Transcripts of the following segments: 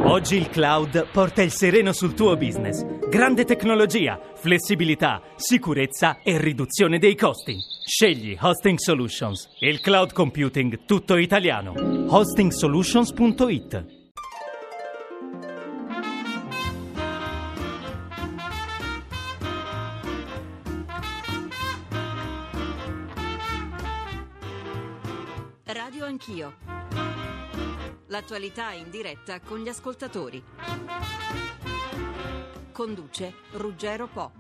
Oggi il cloud porta il sereno sul tuo business. Grande tecnologia, flessibilità, sicurezza e riduzione dei costi. Scegli Hosting Solutions, il cloud computing tutto italiano. Hostingsolutions.it. Radio Anch'io. L'attualità in diretta con gli ascoltatori. Conduce Ruggero Po.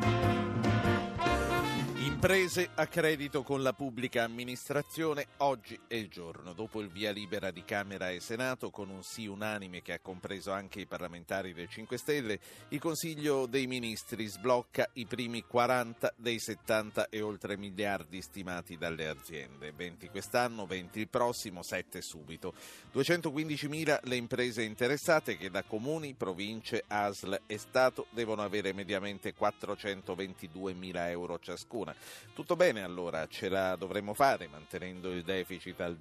Imprese a credito con la pubblica amministrazione, oggi è il giorno. Dopo il via libera di Camera e Senato, con un sì unanime che ha compreso anche i parlamentari del 5 Stelle, il Consiglio dei Ministri sblocca i primi 40 dei 70 e oltre miliardi stimati dalle aziende. 20 quest'anno, 20 il prossimo, 7 subito. 215.000 le imprese interessate che da comuni, province, ASL e Stato devono avere mediamente 422.000 euro ciascuna. Tutto bene allora, ce la dovremmo fare mantenendo il deficit al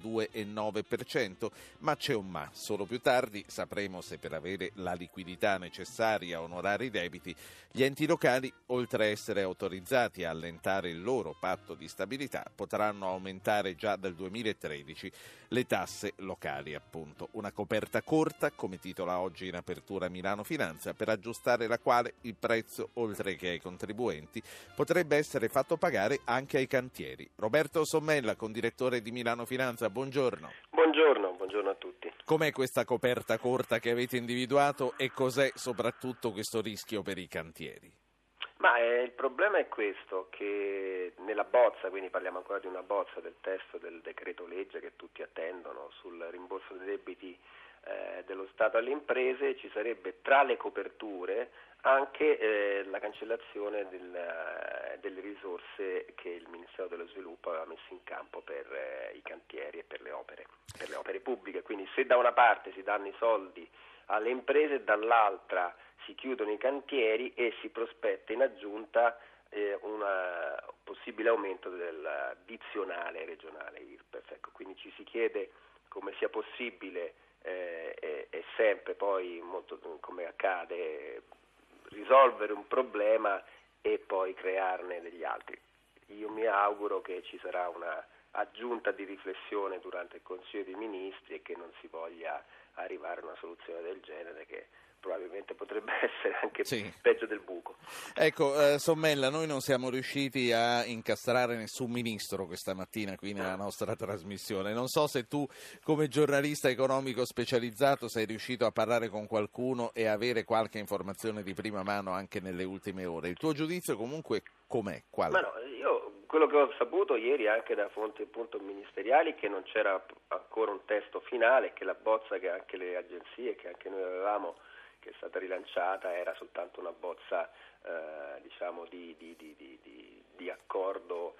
2,9%, ma c'è un ma. Solo più tardi sapremo se per avere la liquidità necessaria a onorare i debiti, gli enti locali, oltre a essere autorizzati a allentare il loro patto di stabilità, potranno aumentare già dal 2013 le tasse locali, appunto. Una coperta corta, come titola oggi in apertura Milano Finanza, per aggiustare la quale il prezzo, oltre che ai contribuenti, potrebbe essere fatto pagare anche ai cantieri. Roberto Sommella, condirettore di Milano Finanza, buongiorno. Buongiorno a tutti. Com'è questa coperta corta che avete individuato e cos'è soprattutto questo rischio per i cantieri? Il problema è questo, che nella bozza, quindi parliamo ancora di una bozza del testo del decreto legge che tutti attendono sul rimborso dei debiti dello Stato alle imprese, ci sarebbe tra le coperture anche la cancellazione delle risorse che il Ministero dello Sviluppo aveva messo in campo per i cantieri e per le opere pubbliche. Quindi se da una parte si danno i soldi alle imprese, dall'altra si chiudono i cantieri e si prospetta in aggiunta un possibile aumento del addizionale regionale IRPEF. Ecco, quindi ci si chiede come sia possibile e sempre poi, molto come accade, risolvere un problema e poi crearne degli altri. Io mi auguro che ci sarà una aggiunta di riflessione durante il Consiglio dei Ministri e che non si voglia arrivare a una soluzione del genere che probabilmente potrebbe essere anche peggio del buco. Ecco, Sommella, noi non siamo riusciti a incastrare nessun ministro questa mattina qui nella nostra trasmissione. Non so se tu, come giornalista economico specializzato, sei riuscito a parlare con qualcuno e avere qualche informazione di prima mano anche nelle ultime ore. Il tuo giudizio comunque com'è? Quale? Io quello che ho saputo ieri anche da fonti appunto ministeriali che non c'era ancora un testo finale, che la bozza che anche le agenzie, che anche noi avevamo, che è stata rilanciata, era soltanto una bozza di accordo,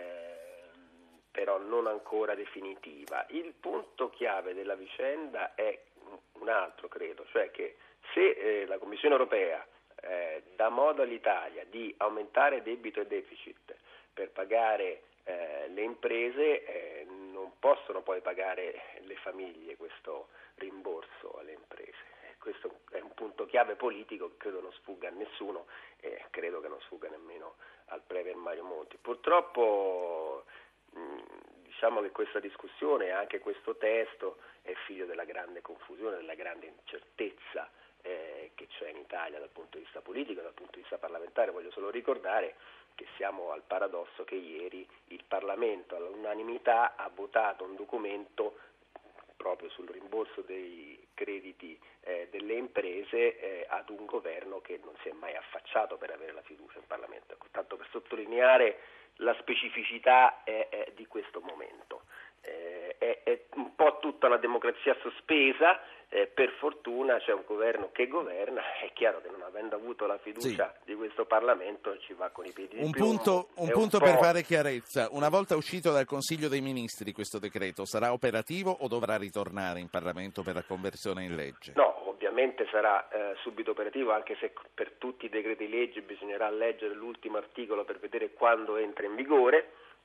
però non ancora definitiva. Il punto chiave della vicenda è un altro, credo, cioè che se la Commissione europea dà modo all'Italia di aumentare debito e deficit per pagare le imprese, non possono poi pagare le famiglie questo rimborso alle imprese. Questo è un punto chiave politico che credo non sfugga a nessuno e credo che non sfugga nemmeno al Premier Mario Monti. Purtroppo diciamo che questa discussione e anche questo testo è figlio della grande confusione, della grande incertezza che c'è in Italia dal punto di vista politico e dal punto di vista parlamentare. Voglio solo ricordare che siamo al paradosso che ieri il Parlamento all'unanimità ha votato un documento proprio sul rimborso dei crediti delle imprese ad un governo che non si è mai affacciato per avere la fiducia in Parlamento. Tanto per sottolineare la specificità di questo momento. È un po' tutta una democrazia sospesa, per fortuna c'è un governo che governa, è chiaro che non avendo avuto la fiducia di questo Parlamento ci va con i piedi di piombo. Un punto per fare chiarezza: una volta uscito dal Consiglio dei Ministri questo decreto sarà operativo o dovrà ritornare in Parlamento per la conversione in legge? No, ovviamente sarà subito operativo, anche se per tutti i decreti legge bisognerà leggere l'ultimo articolo per vedere quando entra in vigore.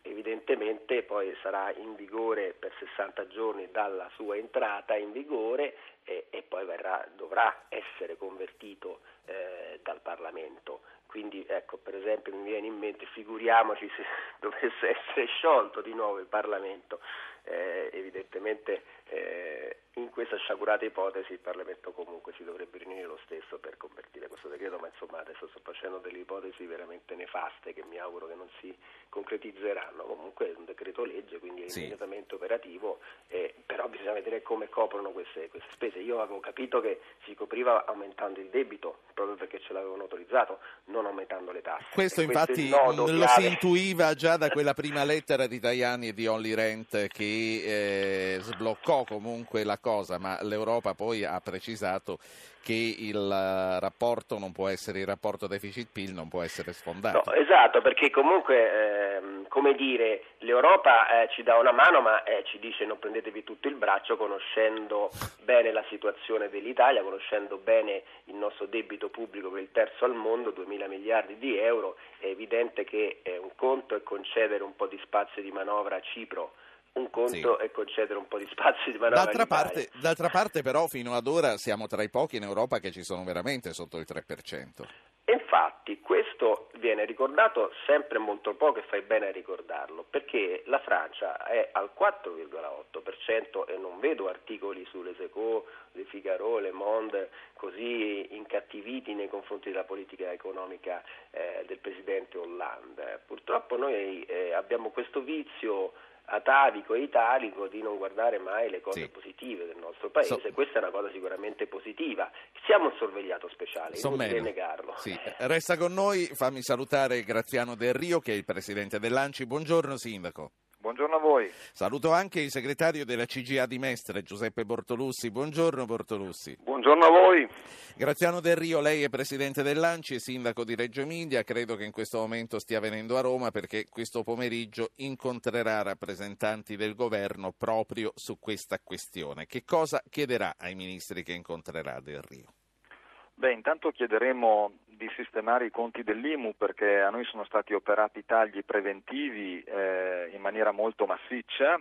evidentemente poi sarà in vigore per 60 giorni dalla sua entrata in vigore e poi dovrà essere convertito dal Parlamento. Quindi ecco, per esempio mi viene in mente, figuriamoci se dovesse essere sciolto di nuovo il Parlamento, evidentemente in questa sciagurata ipotesi il Parlamento comunque si dovrebbe riunire lo stesso per convertire questo decreto, ma insomma adesso sto facendo delle ipotesi veramente nefaste che mi auguro che non si concretizzeranno. Comunque è un decreto legge, quindi è immediatamente operativo, però bisogna vedere come coprono queste spese. Io avevo capito che si copriva aumentando il debito, proprio perché ce l'avevano autorizzato, non aumentando le tasse. Questo infatti lo si intuiva già da quella prima lettera di Tajani e di Olli Rehn che sbloccò comunque la cosa, ma l'Europa poi ha precisato che il rapporto non può essere, il rapporto deficit-PIL non può essere sfondato. No, esatto, perché comunque, come dire, l'Europa ci dà una mano, ma ci dice non prendetevi tutto il braccio, conoscendo bene la situazione dell'Italia, conoscendo bene il nostro debito pubblico che è il terzo al mondo, 2.000 miliardi di euro, è evidente che un conto è concedere un po' di spazio di manovra a Cipro, un conto è concedere un po' di spazio di manovra. D'altra parte però fino ad ora siamo tra i pochi in Europa che ci sono veramente sotto il 3%. Infatti questo viene ricordato sempre molto poco e fai bene a ricordarlo, perché la Francia è al 4,8% e non vedo articoli sulle Eco, Le Figaro, Le Monde così incattiviti nei confronti della politica economica del presidente Hollande. Purtroppo noi abbiamo questo vizio atavico e italico di non guardare mai le cose positive del nostro paese. Questa è una cosa sicuramente positiva. Siamo un sorvegliato speciale, inutile negarlo. Resta con noi, fammi salutare Graziano Del Rio che è il presidente dell'ANCI. Buongiorno sindaco. Buongiorno a voi. Saluto anche il segretario della CGA di Mestre, Giuseppe Bortolussi. Buongiorno Bortolussi. Buongiorno a voi. Graziano Del Rio, lei è presidente dell'ANCI e sindaco di Reggio Emilia. Credo che in questo momento stia venendo a Roma perché questo pomeriggio incontrerà rappresentanti del governo proprio su questa questione. Che cosa chiederà ai ministri che incontrerà Del Rio? Intanto chiederemo di sistemare i conti dell'IMU perché a noi sono stati operati tagli preventivi in maniera molto massiccia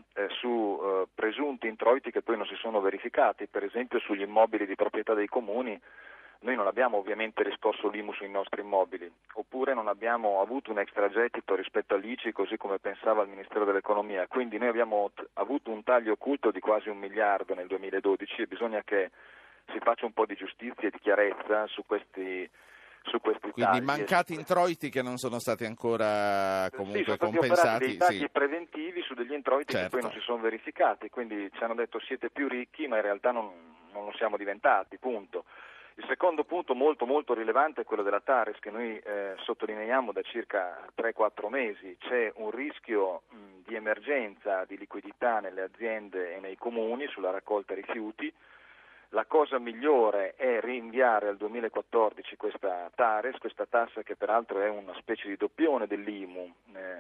su presunti introiti che poi non si sono verificati, per esempio sugli immobili di proprietà dei comuni. Noi non abbiamo ovviamente riscosso l'IMU sui nostri immobili, oppure non abbiamo avuto un extragettito rispetto all'ICI così come pensava il Ministero dell'Economia, quindi noi abbiamo avuto un taglio occulto di quasi 1 miliardo nel 2012 e bisogna che si faccia un po' di giustizia e di chiarezza su questi quindi tagli. Mancati introiti che non sono stati ancora comunque sono compensati. Dei tagli preventivi su degli introiti che poi non si sono verificati, quindi ci hanno detto siete più ricchi ma in realtà non lo siamo diventati, punto. Il secondo punto molto molto rilevante è quello della TARES che noi sottolineiamo da circa 3-4 mesi. C'è un rischio di emergenza di liquidità nelle aziende e nei comuni sulla raccolta rifiuti. La cosa migliore è rinviare al 2014 questa TARES, questa tassa che peraltro è una specie di doppione dell'IMU,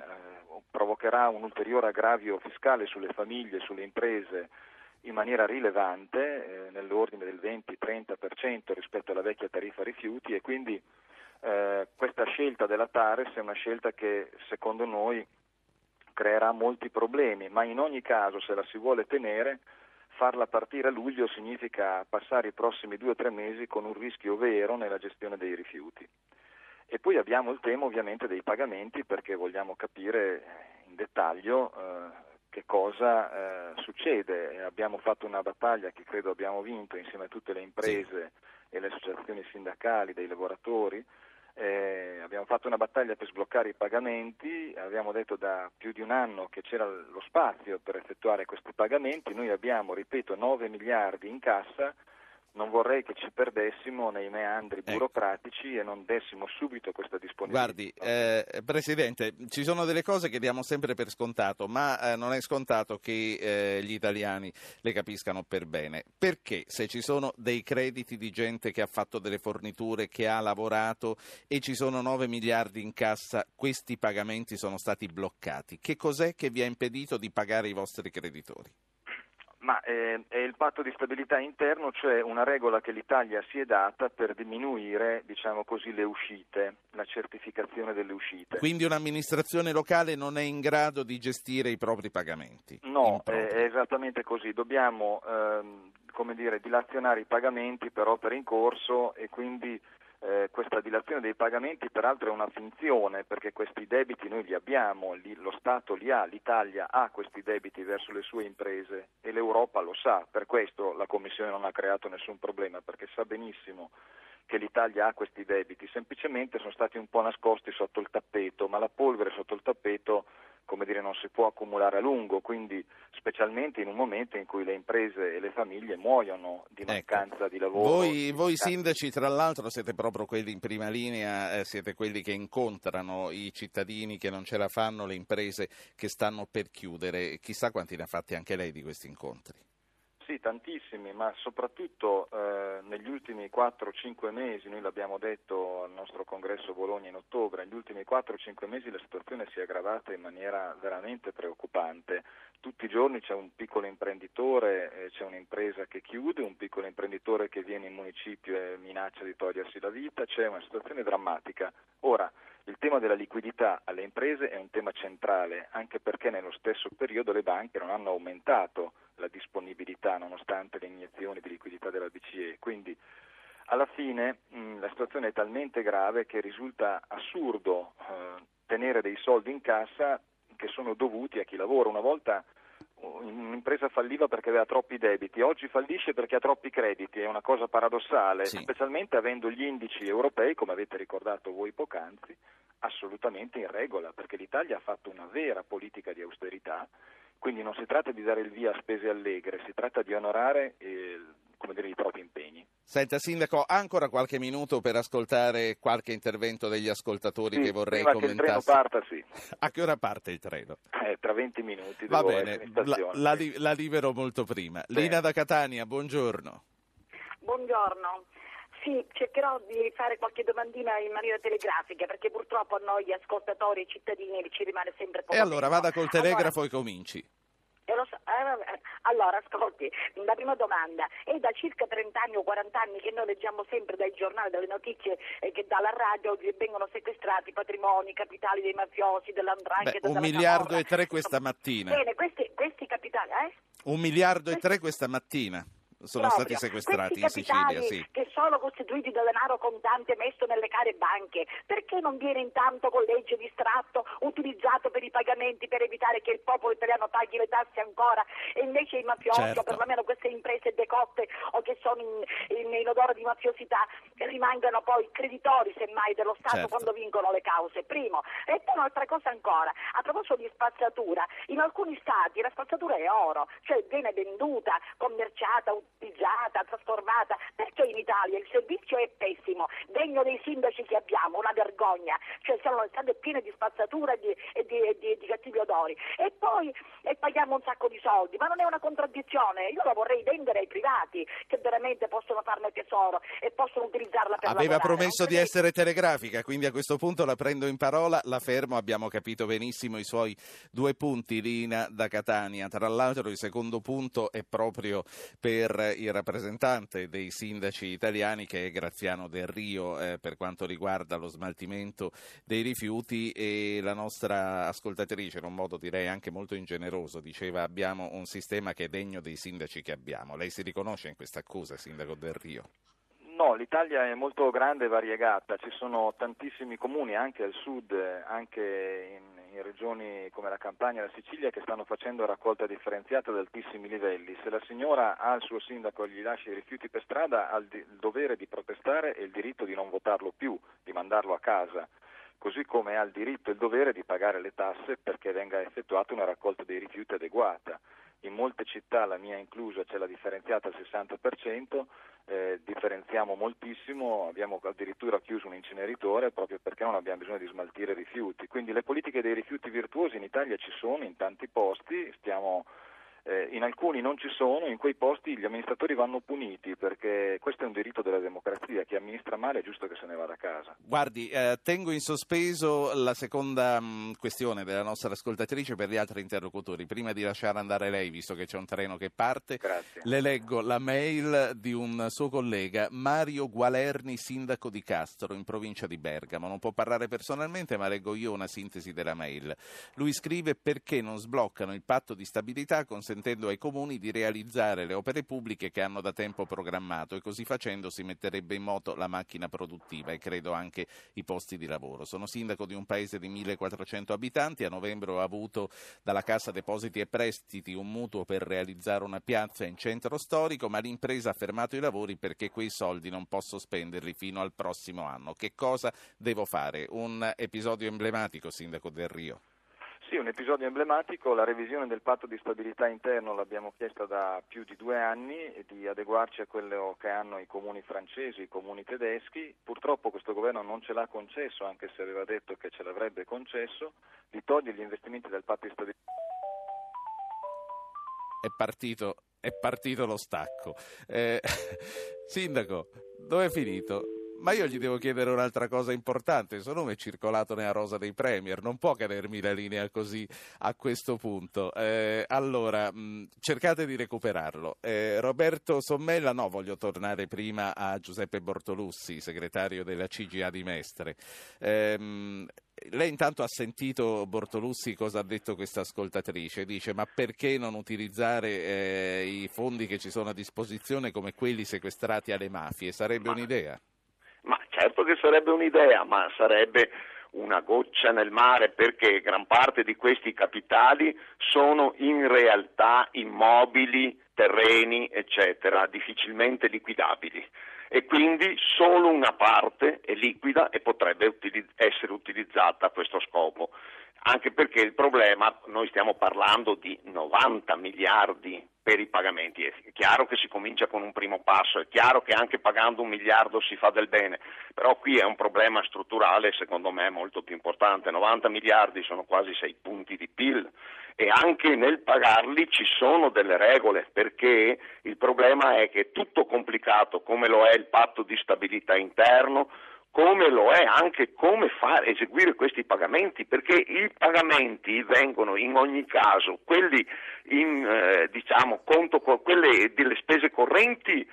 provocherà un ulteriore aggravio fiscale sulle famiglie, sulle imprese in maniera rilevante, nell'ordine del 20-30% rispetto alla vecchia tariffa rifiuti e quindi questa scelta della TARES è una scelta che secondo noi creerà molti problemi, ma in ogni caso se la si vuole tenere farla partire a luglio significa passare i prossimi 2 o 3 mesi con un rischio vero nella gestione dei rifiuti. E poi abbiamo il tema ovviamente dei pagamenti perché vogliamo capire in dettaglio che cosa succede. Abbiamo fatto una battaglia che credo abbiamo vinto insieme a tutte le imprese e le associazioni sindacali dei lavoratori. Abbiamo fatto una battaglia per sbloccare i pagamenti, abbiamo detto da più di un anno che c'era lo spazio per effettuare questi pagamenti, noi abbiamo, ripeto, 9 miliardi in cassa, non vorrei che ci perdessimo nei meandri burocratici e non dessimo subito questa disponibilità. Guardi, Presidente, ci sono delle cose che diamo sempre per scontato, ma non è scontato che gli italiani le capiscano per bene. Perché se ci sono dei crediti di gente che ha fatto delle forniture, che ha lavorato e ci sono 9 miliardi in cassa, questi pagamenti sono stati bloccati? Che cos'è che vi ha impedito di pagare i vostri creditori? Ma è il patto di stabilità interno, cioè una regola che l'Italia si è data per diminuire, diciamo così, le uscite, la certificazione delle uscite. Quindi un'amministrazione locale non è in grado di gestire i propri pagamenti? No, è esattamente così. Dobbiamo, dilazionare i pagamenti per opere in corso e quindi questa dilazione dei pagamenti peraltro è una finzione, perché questi debiti noi li abbiamo, lo Stato li ha, l'Italia ha questi debiti verso le sue imprese e l'Europa lo sa, per questo la Commissione non ha creato nessun problema, perché sa benissimo che l'Italia ha questi debiti, semplicemente sono stati un po' nascosti sotto il tappeto, ma la polvere sotto il tappeto non si può accumulare a lungo, quindi specialmente in un momento in cui le imprese e le famiglie muoiono di mancanza di lavoro. Voi sindaci, tra l'altro, siete proprio quelli in prima linea, siete quelli che incontrano i cittadini che non ce la fanno, le imprese che stanno per chiudere. Chissà quanti ne ha fatti anche lei di questi incontri. Sì, tantissimi, ma soprattutto negli ultimi 4-5 mesi, noi l'abbiamo detto al nostro congresso a Bologna in ottobre, negli ultimi 4-5 mesi la situazione si è aggravata in maniera veramente preoccupante. Tutti i giorni c'è un piccolo imprenditore, c'è un'impresa che chiude, un piccolo imprenditore che viene in municipio e minaccia di togliersi la vita, c'è una situazione drammatica. Ora, il tema della liquidità alle imprese è un tema centrale, anche perché nello stesso periodo le banche non hanno aumentato la disponibilità nonostante le iniezioni di liquidità della BCE, quindi alla fine la situazione è talmente grave che risulta assurdo tenere dei soldi in cassa che sono dovuti a chi lavora. Una volta un'impresa falliva perché aveva troppi debiti, oggi fallisce perché ha troppi crediti, è una cosa paradossale, sì. Specialmente avendo gli indici europei, come avete ricordato voi poc'anzi, assolutamente in regola, perché l'Italia ha fatto una vera politica di austerità, quindi non si tratta di dare il via a spese allegre, si tratta di onorare i propri impegni. Senta, Sindaco, ha ancora qualche minuto per ascoltare qualche intervento degli ascoltatori che vorrei prima commentasse? Che il treno parta, sì. A che ora parte il treno? Tra 20 minuti. Va devo bene, essere in stazione. la libero molto prima. Bene. Lina da Catania, buongiorno. Buongiorno. Sì, cercherò di fare qualche domandina in maniera telegrafica, perché purtroppo a noi ascoltatori e cittadini ci rimane sempre poco E allora tempo. vada col telegrafo e cominci. Allora, ascolti, la prima domanda: è da circa 30 anni o 40 anni che noi leggiamo sempre dai giornali, dalle notizie, che dalla radio vengono sequestrati patrimoni, capitali dei mafiosi, dell''ndrangheta, 1,3 miliardi questa mattina. Bene, questi capitali, 1,3 miliardi questa mattina. Sono stati sequestrati in Sicilia, sì. Che sono costituiti da denaro contante messo nelle care banche, perché non viene intanto con legge di distratto utilizzato per i pagamenti, per evitare che il popolo italiano paghi le tasse ancora, e invece i mafiosi, certo, o perlomeno queste imprese decotte o che sono in odore di mafiosità, rimangano poi creditori semmai dello Stato, certo, quando vincono le cause, primo. E poi un'altra cosa ancora, a proposito di spazzatura, in alcuni stati la spazzatura è oro, cioè viene venduta, commerciata, utilizzata, trasformata. Perché in Italia il servizio è pessimo, degno dei sindaci che abbiamo, una vergogna, cioè siamo le strade piene di spazzatura e di cattivi odori, e poi paghiamo un sacco di soldi, ma non è una contraddizione? Io la vorrei vendere ai privati che veramente possono farne tesoro e possono utilizzarla per Aveva lavorare. promesso di essere telegrafica, quindi a questo punto la prendo in parola, la fermo, abbiamo capito benissimo i suoi 2 punti, Lina da Catania. Tra l'altro il secondo punto è proprio per il rappresentante dei sindaci italiani, che è Graziano Del Rio, per quanto riguarda lo smaltimento dei rifiuti, e la nostra ascoltatrice, in un modo direi anche molto ingeneroso, diceva: abbiamo un sistema che è degno dei sindaci che abbiamo. Lei si riconosce in questa accusa, Sindaco Del Rio? No, l'Italia è molto grande e variegata, ci sono tantissimi comuni anche al sud, anche in regioni come la Campania e la Sicilia, che stanno facendo raccolta differenziata ad altissimi livelli. Se la signora ha il suo sindaco e gli lascia i rifiuti per strada, ha il dovere di protestare e il diritto di non votarlo più, di mandarlo a casa, così come ha il diritto e il dovere di pagare le tasse perché venga effettuata una raccolta dei rifiuti adeguata. In molte città, la mia inclusa, c'è la differenziata al 60%, differenziamo moltissimo, abbiamo addirittura chiuso un inceneritore proprio perché non abbiamo bisogno di smaltire rifiuti. Quindi le politiche dei rifiuti virtuosi in Italia ci sono in tanti posti, stiamo in alcuni non ci sono, in quei posti gli amministratori vanno puniti, perché questo è un diritto della democrazia, chi amministra male è giusto che se ne vada a casa. Guardi, tengo in sospeso la seconda questione della nostra ascoltatrice per gli altri interlocutori. Prima di lasciare andare lei, visto che c'è un treno che parte, Grazie. le leggo la mail di un suo collega, Mario Gualerni, sindaco di Castro, in provincia di Bergamo. Non può parlare personalmente, ma leggo io una sintesi della mail. Lui scrive: perché non sbloccano il patto di stabilità consentendo ai comuni di realizzare le opere pubbliche che hanno da tempo programmato, e così facendo si metterebbe in moto la macchina produttiva e credo anche i posti di lavoro. Sono sindaco di un paese di 1400 abitanti, a novembre ho avuto dalla Cassa Depositi e Prestiti un mutuo per realizzare una piazza in centro storico, ma l'impresa ha fermato i lavori perché quei soldi non posso spenderli fino al prossimo anno. Che cosa devo fare? Un episodio emblematico, sindaco Del Rio. Sì, un episodio emblematico. La revisione del patto di stabilità interno l'abbiamo chiesta da più di 2 anni, di adeguarci a quello che hanno i comuni francesi, i comuni tedeschi. Purtroppo questo governo non ce l'ha concesso, anche se aveva detto che ce l'avrebbe concesso, di togliere gli investimenti del patto di stabilità. È partito lo stacco. Sindaco, dove è finito? Ma io gli devo chiedere un'altra cosa importante. Il suo nome è circolato nella rosa dei Premier, non può cadermi la linea così a questo punto. Allora, cercate di recuperarlo. Roberto Sommella, no, voglio tornare prima a Giuseppe Bortolussi, segretario della CGA di Mestre. Lei intanto ha sentito Bortolussi cosa ha detto questa ascoltatrice? Dice: ma perché non utilizzare i fondi che ci sono a disposizione come quelli sequestrati alle mafie? Sarebbe un'idea? Ma certo che sarebbe un'idea, ma sarebbe una goccia nel mare, perché gran parte di questi capitali sono in realtà immobili, terreni, eccetera, difficilmente liquidabili. E quindi solo una parte è liquida e potrebbe essere utilizzata a questo scopo. Anche perché il problema, noi stiamo parlando di 90 miliardi per i pagamenti, è chiaro che si comincia con un primo passo, è chiaro che anche pagando 1 miliardo si fa del bene, però qui è un problema strutturale secondo me molto più importante. 90 miliardi sono quasi 6 punti di PIL e anche nel pagarli ci sono delle regole, perché il problema è che è tutto complicato, come lo è il patto di stabilità interno, come lo è anche come eseguire questi pagamenti, perché i pagamenti vengono in ogni caso, quelli quelle delle spese correnti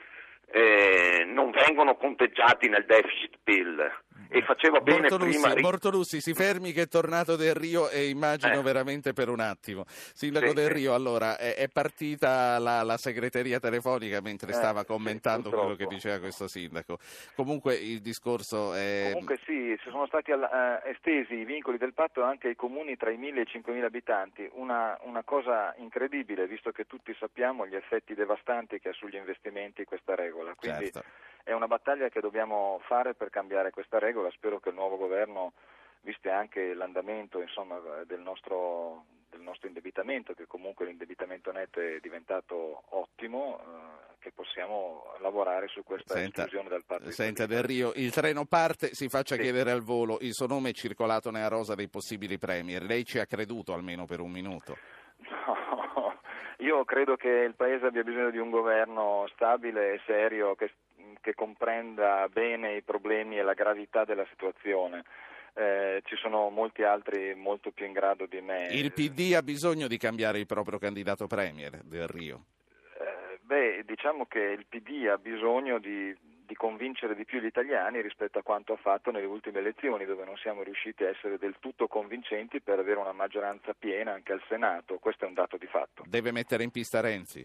non vengono conteggiati nel deficit PIL. E faceva bene prima. Bortolussi, si fermi che è tornato Del Rio e immagino veramente per un attimo. Sindaco Del Rio, allora è partita la segreteria telefonica mentre stava commentando quello che diceva questo sindaco. Comunque il discorso è... Comunque sì, si sono stati estesi i vincoli del patto anche ai comuni tra i 1.000 e i 5.000 abitanti, una cosa incredibile, visto che tutti sappiamo gli effetti devastanti che ha sugli investimenti questa regola. Quindi è una battaglia che dobbiamo fare per cambiare questa regola. Spero che il nuovo governo, visto anche l'andamento del nostro indebitamento, che comunque l'indebitamento netto è diventato ottimo, che possiamo lavorare su questa esclusione dal patto di stabilità. Del Rio, il treno parte, si faccia chiedere al volo, il suo nome è circolato nella rosa dei possibili premier, lei ci ha creduto almeno per un minuto? No, io credo che il Paese abbia bisogno di un governo stabile e serio che comprenda bene i problemi e la gravità della situazione. Ci sono molti altri molto più in grado di me. Il PD ha bisogno di cambiare il proprio candidato premier, Del Rio? Diciamo che il PD ha bisogno di convincere di più gli italiani rispetto a quanto ha fatto nelle ultime elezioni, dove non siamo riusciti a essere del tutto convincenti per avere una maggioranza piena anche al Senato. Questo è un dato di fatto. Deve mettere in pista Renzi?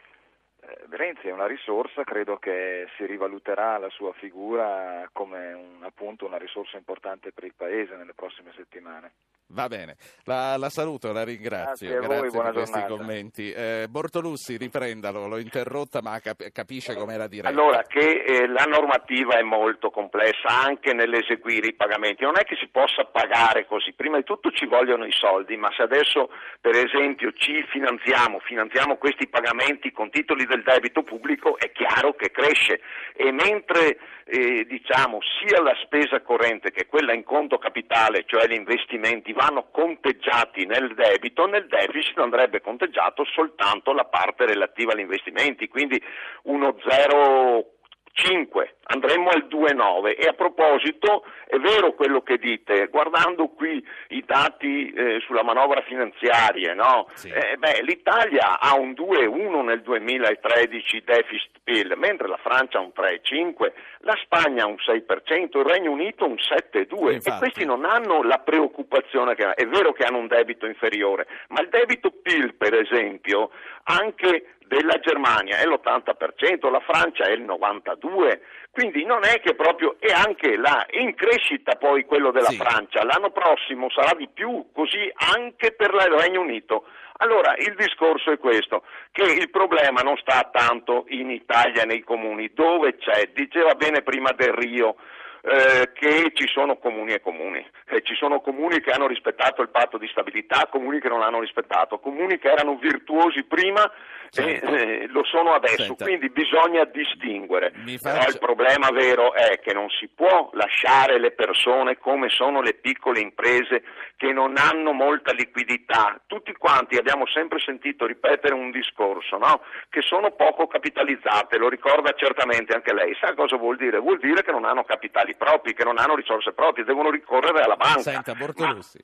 Renzi è una risorsa, credo che si rivaluterà la sua figura come una risorsa importante per il Paese nelle prossime settimane. Va bene, la saluto, la ringrazio, grazie per questi commenti. Bortolussi, riprendalo, l'ho interrotta ma capisce com'è la diretta. Allora, che la normativa è molto complessa anche nell'eseguire i pagamenti, non è che si possa pagare così, prima di tutto ci vogliono i soldi, ma se adesso per esempio ci finanziamo questi pagamenti con titoli del debito pubblico, è chiaro che cresce, e mentre sia la spesa corrente che quella in conto capitale, cioè gli investimenti, vanno conteggiati nel debito, nel deficit andrebbe conteggiato soltanto la parte relativa agli investimenti, quindi uno 0,5, andremmo al 2,9. E a proposito, è vero quello che dite, guardando qui i dati sulla manovra finanziaria, no? Sì. L'Italia ha un 2,1 nel 2013 deficit PIL, mentre la Francia ha un 3,5, la Spagna ha un 6%, il Regno Unito un 7,2, e questi non hanno la preoccupazione che è vero che hanno un debito inferiore, ma il debito PIL, per esempio, anche della Germania è l'80%, la Francia è il 92%, quindi non è che proprio, e anche in crescita poi quello della Francia, l'anno prossimo sarà di più, così anche per il Regno Unito. Allora il discorso è questo, che il problema non sta tanto in Italia nei comuni, dove c'è, diceva bene prima Del Rio, che ci sono comuni e comuni, ci sono comuni che hanno rispettato il patto di stabilità, comuni che non l'hanno rispettato, comuni che erano virtuosi prima e lo sono adesso, quindi bisogna distinguere. Però il problema vero è che non si può lasciare le persone come sono le piccole imprese che non hanno molta liquidità. Tutti quanti abbiamo sempre sentito ripetere un discorso, no? Che sono poco capitalizzate, lo ricorda certamente anche lei. Sa cosa vuol dire? Vuol dire che non hanno capitali propri, che non hanno risorse proprie, devono ricorrere alla banca. Senta, Bortolussi,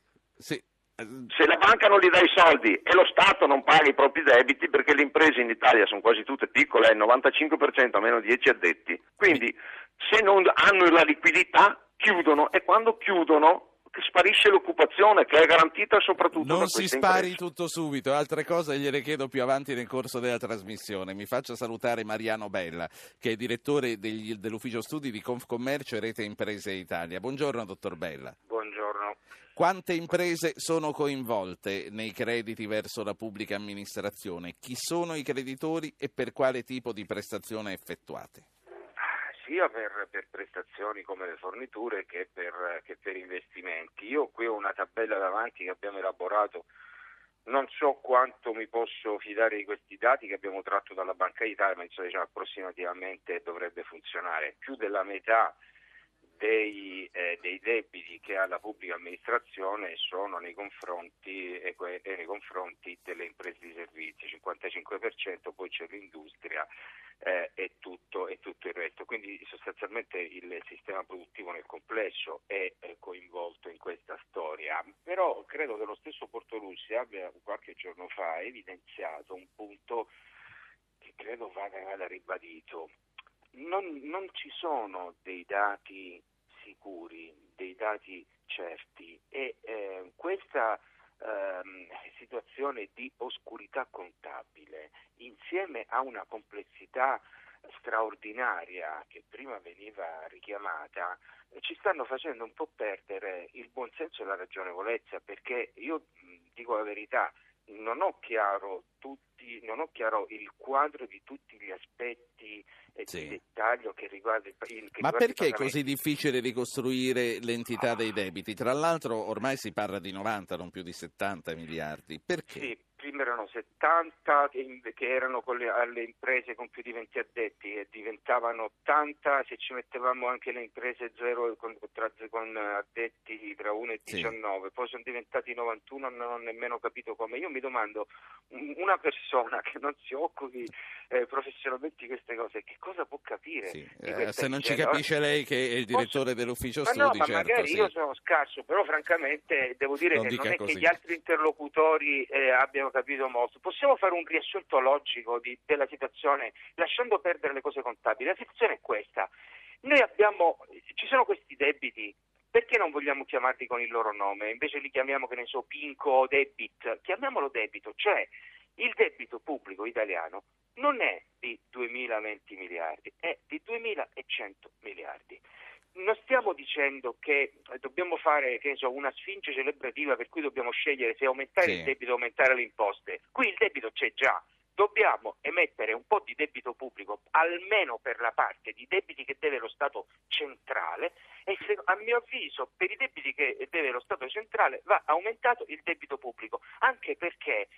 se la banca non gli dà i soldi e lo Stato non paga i propri debiti, perché le imprese in Italia sono quasi tutte piccole, il 95% ha meno 10 addetti, quindi se non hanno la liquidità chiudono, e quando chiudono sparisce l'occupazione, che è garantita soprattutto non da si queste spari imprese. tutto subito, altre cose gliele chiedo più avanti nel corso della trasmissione. Mi faccia salutare Mariano Bella, che è direttore dell'ufficio studi di Confcommercio e Rete Imprese Italia. Buongiorno dottor Bella. Buongiorno. Quante imprese sono coinvolte nei crediti verso la pubblica amministrazione? Chi sono i creditori e per quale tipo di prestazione effettuate? Sia per prestazioni come le forniture che per investimenti. Io qui ho una tabella davanti che abbiamo elaborato, non so quanto mi posso fidare di questi dati che abbiamo tratto dalla Banca d'Italia, ma diciamo, approssimativamente dovrebbe funzionare. Più della metà dei debiti che ha la pubblica amministrazione sono nei confronti delle imprese di servizi, 55%, poi c'è l'industria e tutto il resto. Quindi sostanzialmente il sistema produttivo nel complesso è coinvolto in questa storia. Però credo che lo stesso Bortolussi abbia qualche giorno fa evidenziato un punto che credo vada ribadito. Non ci sono dei dati sicuri, dei dati certi, e questa situazione di oscurità contabile, insieme a una complessità straordinaria che prima veniva richiamata, ci stanno facendo un po' perdere il buonsenso e la ragionevolezza, perché io dico la verità, non ho chiaro il quadro di tutti gli aspetti di dettaglio che riguarda Ma perché è così difficile ricostruire l'entità dei debiti? Tra l'altro ormai si parla di 90, non più di 70 miliardi. Perché? Sì, prima erano 70 che erano alle imprese con più di 20 addetti, e diventavano 80 se ci mettevamo anche le imprese zero con addetti tra 1 e 19, poi sono diventati 91, non ho nemmeno capito come. Io mi domando, una persona che non si occupi professionalmente di queste cose, che cosa può capire? Se non ci capisce lei, che è il direttore dell'ufficio studi, ma magari io sono scarso, però francamente devo dire che non è che gli altri interlocutori abbiano capito molto. Possiamo fare un riassunto logico della situazione, lasciando perdere le cose contabili. La situazione è questa: ci sono questi debiti, perché non vogliamo chiamarli con il loro nome? Invece li chiamiamo, che ne so, Pinco o Debit. Chiamiamolo debito, cioè il debito pubblico italiano non è di 2020 miliardi, è di 2100 miliardi. Non stiamo dicendo che dobbiamo fare, che ne so, una sfinge celebrativa per cui dobbiamo scegliere se aumentare il debito o aumentare le imposte. Qui il debito c'è già. Dobbiamo emettere un po' di debito pubblico, almeno per la parte di debiti che deve lo Stato centrale, e a mio avviso per i debiti che deve lo Stato centrale va aumentato il debito pubblico, anche perché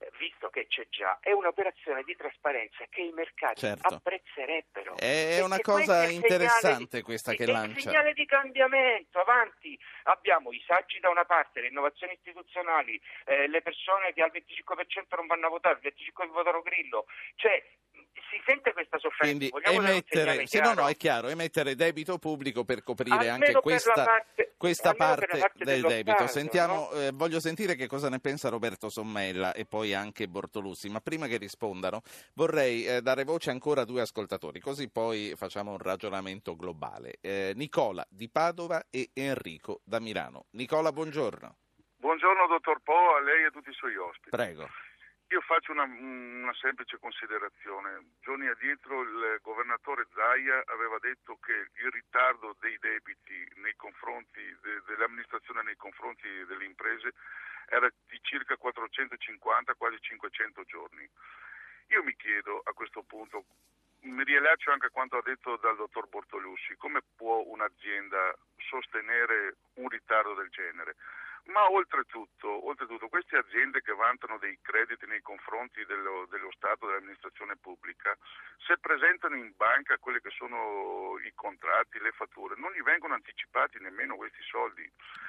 visto che c'è già, è un'operazione di trasparenza che i mercati apprezzerebbero. È una cosa interessante questa che lancia. È un segnale di cambiamento, avanti. Abbiamo i saggi da una parte, le innovazioni istituzionali, le persone che al 25% non vanno a votare, il 25% votano Grillo, cioè si sente questa sofferenza. Quindi è chiaro, emettere debito pubblico per coprire almeno anche questa parte del debito. Stato, Sentiamo, no? voglio sentire che cosa ne pensa Roberto Sommella e poi anche Bortolussi, ma prima che rispondano vorrei dare voce ancora a 2 ascoltatori, così poi facciamo un ragionamento globale. Nicola di Padova e Enrico da Milano. Nicola, buongiorno. Buongiorno dottor Po, a lei e a tutti i suoi ospiti. Prego. Io faccio una semplice considerazione. Giorni addietro il governatore Zaia aveva detto che il ritardo dei debiti nei confronti dell'amministrazione nei confronti delle imprese era di circa 450, quasi 500 giorni. Io mi chiedo a questo punto, mi riallaccio anche a quanto ha detto dal dottor Bortolussi, come può un'azienda sostenere un ritardo del genere? Ma oltretutto queste aziende che vantano dei crediti nei confronti dello Stato, dell'amministrazione pubblica, se presentano in banca quelli che sono i contratti, le fatture, non gli vengono anticipati nemmeno questi soldi.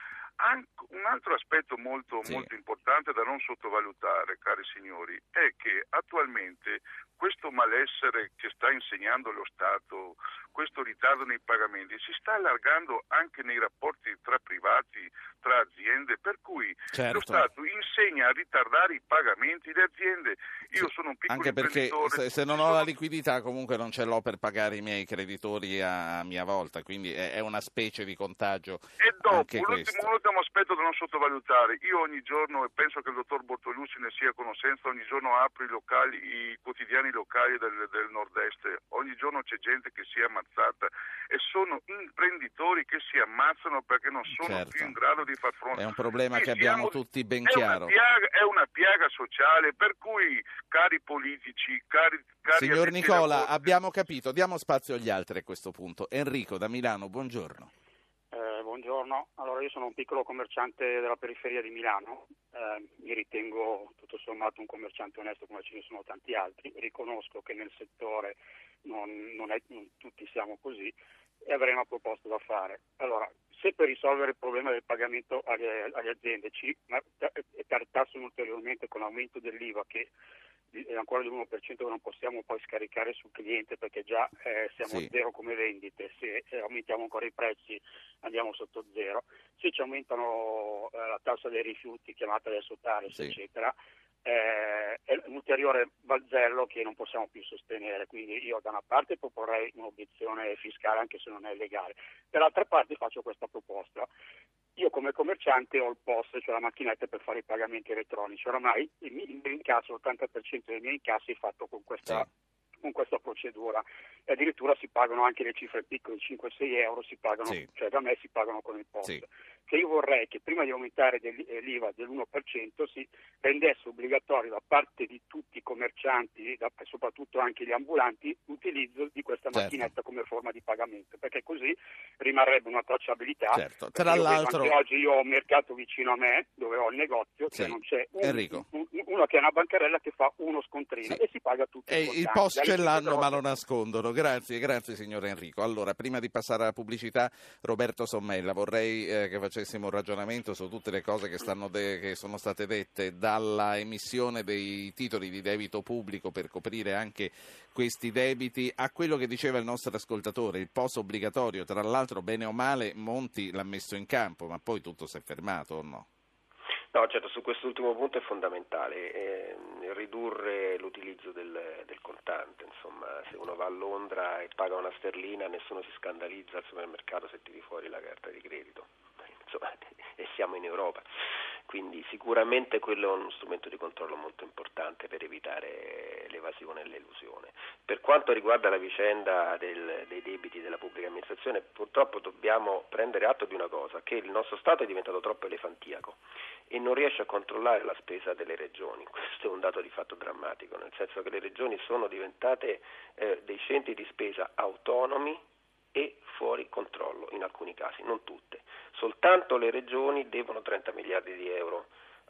Un altro aspetto molto importante da non sottovalutare, cari signori, è che attualmente questo malessere che sta insegnando lo Stato, questo ritardo nei pagamenti, si sta allargando anche nei rapporti tra privati, tra aziende, per cui lo Stato insegna a ritardare i pagamenti. Le aziende, io sono un piccolo imprenditore... Anche perché se non ho la liquidità comunque non ce l'ho per pagare i miei creditori a mia volta, quindi è una specie di contagio. E dopo, anche questo. Un ultimo aspetto da non sottovalutare, io ogni giorno, e penso che il dottor Bortolussi ne sia a conoscenza, ogni giorno apro i quotidiani locali del nord-est, ogni giorno c'è gente che si è ammazzata e sono imprenditori che si ammazzano perché non sono più in grado di far fronte. È un problema che abbiamo tutti ben chiaro. È una piaga sociale, per cui cari politici, cari Signor Nicola, abbiamo capito, diamo spazio agli altri a questo punto. Enrico da Milano, buongiorno. Buongiorno, allora io sono un piccolo commerciante della periferia di Milano, mi ritengo tutto sommato un commerciante onesto come ce ne sono tanti altri, riconosco che nel settore non tutti siamo così e avrei una proposta da fare. Allora, se per risolvere il problema del pagamento alle aziende ci tartassero ulteriormente con l'aumento dell'IVA che è ancora dell'1% che non possiamo poi scaricare sul cliente perché già siamo a zero come vendite, se aumentiamo ancora i prezzi andiamo sotto zero, se ci aumentano la tassa dei rifiuti chiamata adesso TARES eccetera, è un ulteriore balzello che non possiamo più sostenere, quindi io da una parte proporrei un'obiezione fiscale anche se non è legale, dall'altra parte faccio questa proposta. Io come commerciante ho il POS, cioè la macchinetta per fare i pagamenti elettronici, oramai il mio incasso, l'80% dei miei incassi è fatto con questa procedura e addirittura si pagano anche le cifre piccole, 5-6 euro si pagano, cioè da me si pagano con il POS. Che io vorrei che prima di aumentare l'IVA dell'1% si rendesse obbligatorio da parte di tutti i commercianti, soprattutto anche gli ambulanti, l'utilizzo di questa macchinetta come forma di pagamento, perché così rimarrebbe una tracciabilità. Tra l'altro oggi io ho un mercato vicino a me dove ho il negozio, cioè non c'è uno che ha una bancarella che fa uno scontrino e si paga tutto. Il POS ce l'hanno ma lo nascondono. Grazie signor Enrico. Allora, prima di passare alla pubblicità, Roberto Sommella, vorrei che facessimo un ragionamento su tutte le cose che sono state dette, dalla emissione dei titoli di debito pubblico per coprire anche questi debiti a quello che diceva il nostro ascoltatore, il POS obbligatorio. Tra l'altro, bene o male, Monti l'ha messo in campo, ma poi tutto si è fermato o no? No, certo, su quest'ultimo punto è fondamentale ridurre l'utilizzo del contante. Insomma, se uno va a Londra e paga una sterlina, nessuno si scandalizza al supermercato se tiri fuori la carta di credito. Insomma, e siamo in Europa. Quindi sicuramente quello è uno strumento di controllo molto importante per evitare l'evasione e l'elusione. Per quanto riguarda la vicenda dei debiti della pubblica amministrazione, purtroppo dobbiamo prendere atto di una cosa, che il nostro Stato è diventato troppo elefantiaco e non riesce a controllare la spesa delle regioni. Questo è un dato di fatto drammatico, nel senso che le regioni sono diventate dei centri di spesa autonomi e fuori controllo in alcuni casi, non tutte. Soltanto le regioni devono 30 miliardi di euro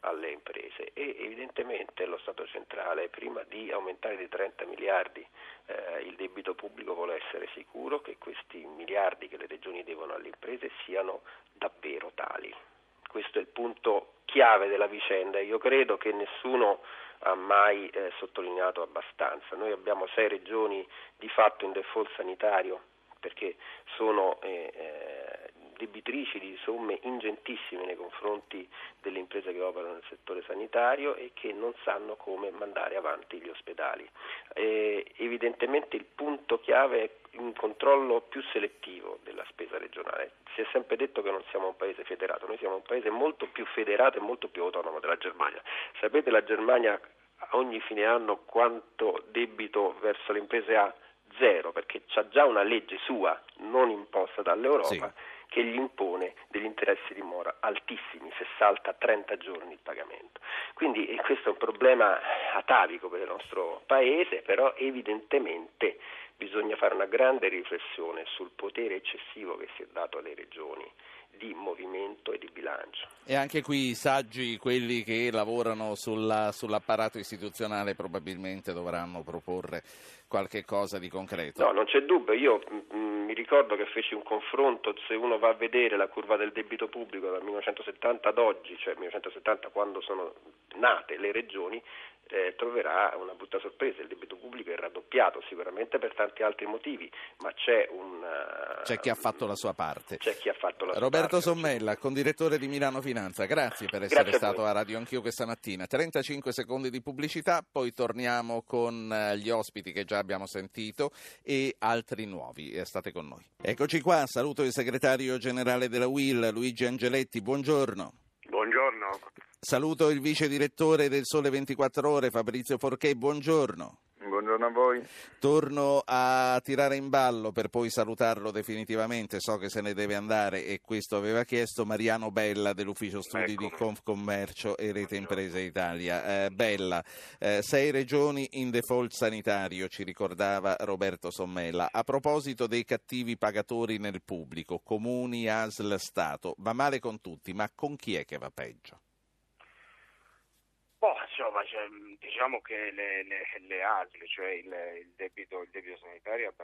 alle imprese, e evidentemente lo Stato centrale, prima di aumentare di 30 miliardi il debito pubblico, vuole essere sicuro che questi miliardi che le regioni devono alle imprese siano davvero tali. Questo è il punto chiave della vicenda e io credo che nessuno ha mai sottolineato abbastanza. Noi abbiamo 6 regioni di fatto in default sanitario perché sono debitrici di somme ingentissime nei confronti delle imprese che operano nel settore sanitario e che non sanno come mandare avanti gli ospedali. Evidentemente il punto chiave è un controllo più selettivo della spesa regionale. Si è sempre detto che non siamo un paese federato, noi siamo un paese molto più federato e molto più autonomo della Germania. Sapete, la Germania ogni fine anno quanto debito verso le imprese ha? 0, perché c'ha già una legge sua, non imposta dall'Europa, sì, che gli impone degli interessi di mora altissimi se salta a 30 giorni il pagamento. Quindi questo è un problema atavico per il nostro paese, però evidentemente bisogna fare una grande riflessione sul potere eccessivo che si è dato alle regioni di movimento e di bilancio. E anche qui i saggi, quelli che lavorano sull'apparato istituzionale, probabilmente dovranno proporre qualche cosa di concreto. No, non c'è dubbio. Io mi ricordo che feci un confronto, se uno va a vedere la curva del debito pubblico dal 1970 ad oggi, cioè 1970 quando sono nate le regioni, troverà una brutta sorpresa. Il debito pubblico è raddoppiato, sicuramente per tanti altri motivi, ma c'è chi ha fatto la sua parte. C'è chi ha fatto la sua Roberto parte. Sommella, condirettore di Milano Finanza, grazie per essere stato a Radio Anch'io questa mattina. 35 secondi di pubblicità, poi torniamo con gli ospiti che già abbiamo sentito e altri nuovi. State con noi. Eccoci qua, saluto il segretario generale della UIL, Luigi Angeletti, buongiorno. Buongiorno. Saluto il vice direttore del Sole 24 Ore, Fabrizio Forché, buongiorno. Buongiorno a voi. Torno a tirare in ballo per poi salutarlo definitivamente, so che se ne deve andare e questo aveva chiesto Mariano Bella dell'ufficio studi di Confcommercio e Rete Imprese Italia. Bella, 6 regioni in default sanitario, ci ricordava Roberto Sommella. A proposito dei cattivi pagatori nel pubblico, comuni, ASL, Stato, va male con tutti, ma con chi è che va peggio? Insomma, diciamo che le ASL, cioè il debito sanitario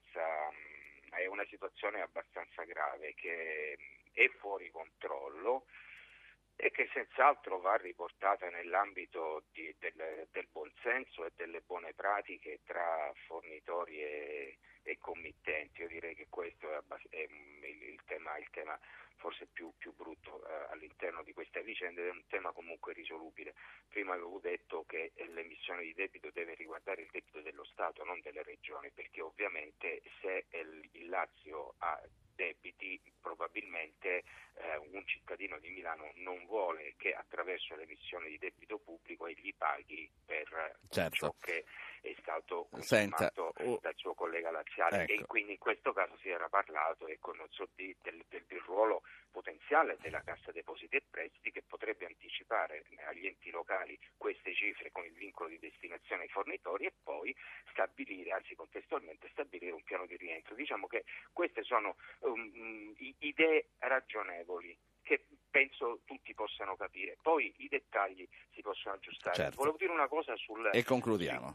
è una situazione abbastanza grave che è fuori controllo e che senz'altro va riportata nell'ambito del buonsenso e delle buone pratiche tra fornitori e committenti. Io direi che questo è il tema forse più brutto all'interno di questa vicenda, ed è un tema comunque risolubile. Prima avevo detto che l'emissione di debito deve riguardare il debito dello Stato, non delle regioni, perché ovviamente se il Lazio ha debiti, probabilmente un cittadino di Milano non vuole che attraverso l'emissione di debito pubblico egli paghi per ciò che è stato consumato dal suo collega laziale. Ecco. E quindi in questo caso si era parlato del ruolo potenziale della Cassa Depositi e Prestiti, che potrebbe anticipare agli enti locali queste cifre con il vincolo di destinazione ai fornitori e poi contestualmente stabilire un piano di rientro. Diciamo che queste sono idee ragionevoli che penso tutti possano capire. Poi i dettagli si possono aggiustare. Certo. Volevo dire una cosa e concludiamo.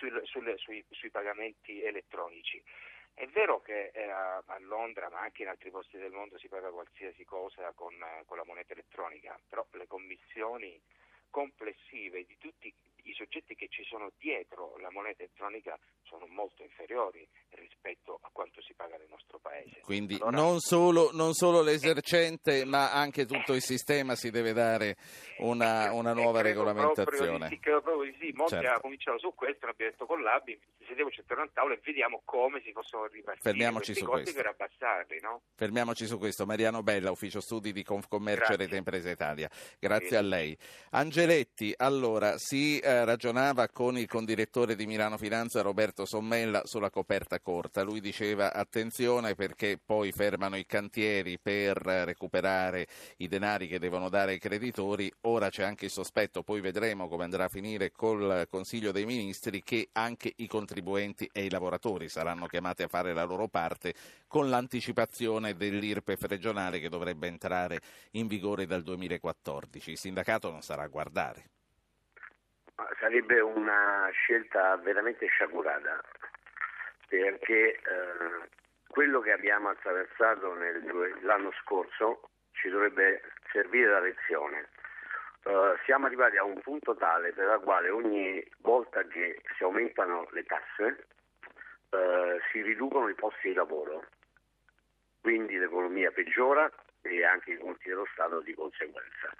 Sui pagamenti elettronici. È vero che a Londra, ma anche in altri posti del mondo, si paga qualsiasi cosa con la moneta elettronica, però le commissioni complessive di tutti i soggetti che ci sono dietro la moneta elettronica sono molto inferiori rispetto a quanto si paga nel nostro paese. Quindi allora, non solo l'esercente, ma anche tutto il sistema si deve dare una nuova regolamentazione. Credo proprio di sì. Molti hanno cominciato su questo, abbiamo detto con l'ABI, sediamoci attorno al tavolo e vediamo come si possono ripartire questi costi per abbassarli, no? Fermiamoci su questo. Mariano Bella, ufficio studi di Confcommercio e Rete Imprese Italia. Grazie a lei. Angeletti, allora si ragionava con il condirettore di Milano Finanza Roberto Sommella sulla coperta corta. Lui diceva attenzione perché poi fermano i cantieri per recuperare i denari che devono dare ai creditori. Ora c'è anche il sospetto, poi vedremo come andrà a finire col col Consiglio dei Ministri che anche i contribuenti e i lavoratori saranno chiamati a fare la loro parte con l'anticipazione dell'IRPEF regionale che dovrebbe entrare in vigore dal 2014. Il sindacato non sarà a guardare. Sarebbe una scelta veramente sciagurata, perché quello che abbiamo attraversato l'anno scorso ci dovrebbe servire da lezione. Siamo arrivati a un punto tale per la quale ogni volta che si aumentano le tasse si riducono i posti di lavoro, quindi l'economia peggiora e anche i conti dello Stato di conseguenza.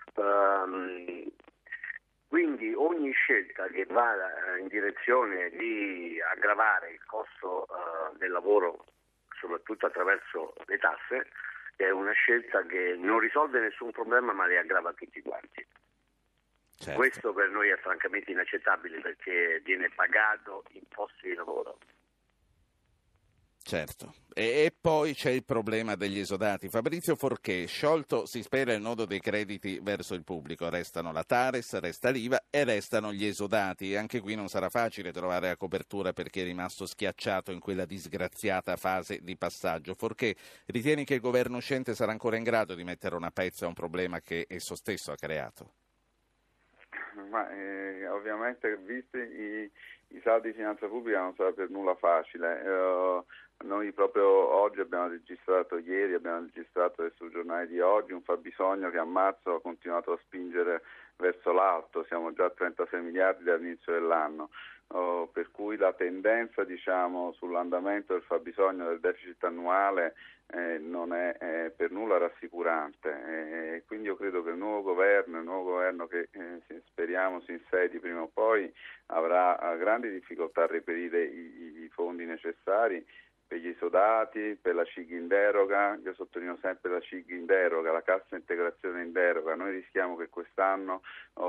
Quindi ogni scelta che va in direzione di aggravare il costo del lavoro, soprattutto attraverso le tasse, è una scelta che non risolve nessun problema ma li aggrava tutti quanti. Certo. Questo per noi è francamente inaccettabile perché viene pagato in posti di lavoro. Certo, e poi c'è il problema degli esodati. Fabrizio Forché, sciolto si spera il nodo dei crediti verso il pubblico, restano la Tares, resta l'IVA e restano gli esodati. E anche qui non sarà facile trovare la copertura per chi è rimasto schiacciato in quella disgraziata fase di passaggio. Forché, ritieni che il governo uscente sarà ancora in grado di mettere una pezza a un problema che esso stesso ha creato? Ma ovviamente visti i saldi di finanza pubblica non sarà per nulla facile. Noi proprio oggi ieri abbiamo registrato sul giornale di oggi un fabbisogno che a marzo ha continuato a spingere verso l'alto, siamo già a 36 miliardi dall'inizio dell'anno, per cui la tendenza sull'andamento del fabbisogno del deficit annuale non è per nulla rassicurante, quindi io credo che il nuovo governo che speriamo si insedi prima o poi avrà grandi difficoltà a reperire i fondi necessari per gli esodati, per la CIG in deroga. Io sottolineo sempre la CIG in deroga, la cassa integrazione in deroga. Noi rischiamo che quest'anno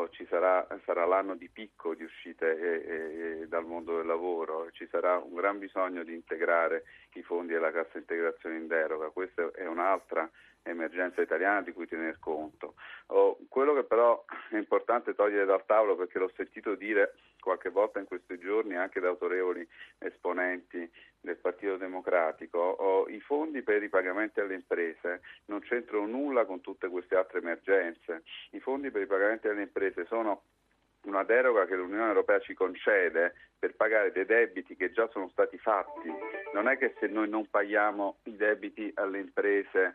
sarà l'anno di picco di uscite dal mondo del lavoro, ci sarà un gran bisogno di integrare i fondi della cassa integrazione in deroga. Questa è un'altra emergenza italiana di cui tener conto. Quello che però è importante togliere dal tavolo, perché l'ho sentito dire qualche volta in questi giorni anche da autorevoli esponenti del Partito Democratico, i fondi per i pagamenti alle imprese non c'entrano nulla con tutte queste altre emergenze. I fondi per i pagamenti alle imprese sono una deroga che l'Unione Europea ci concede per pagare dei debiti che già sono stati fatti. Non è che se noi non paghiamo i debiti alle imprese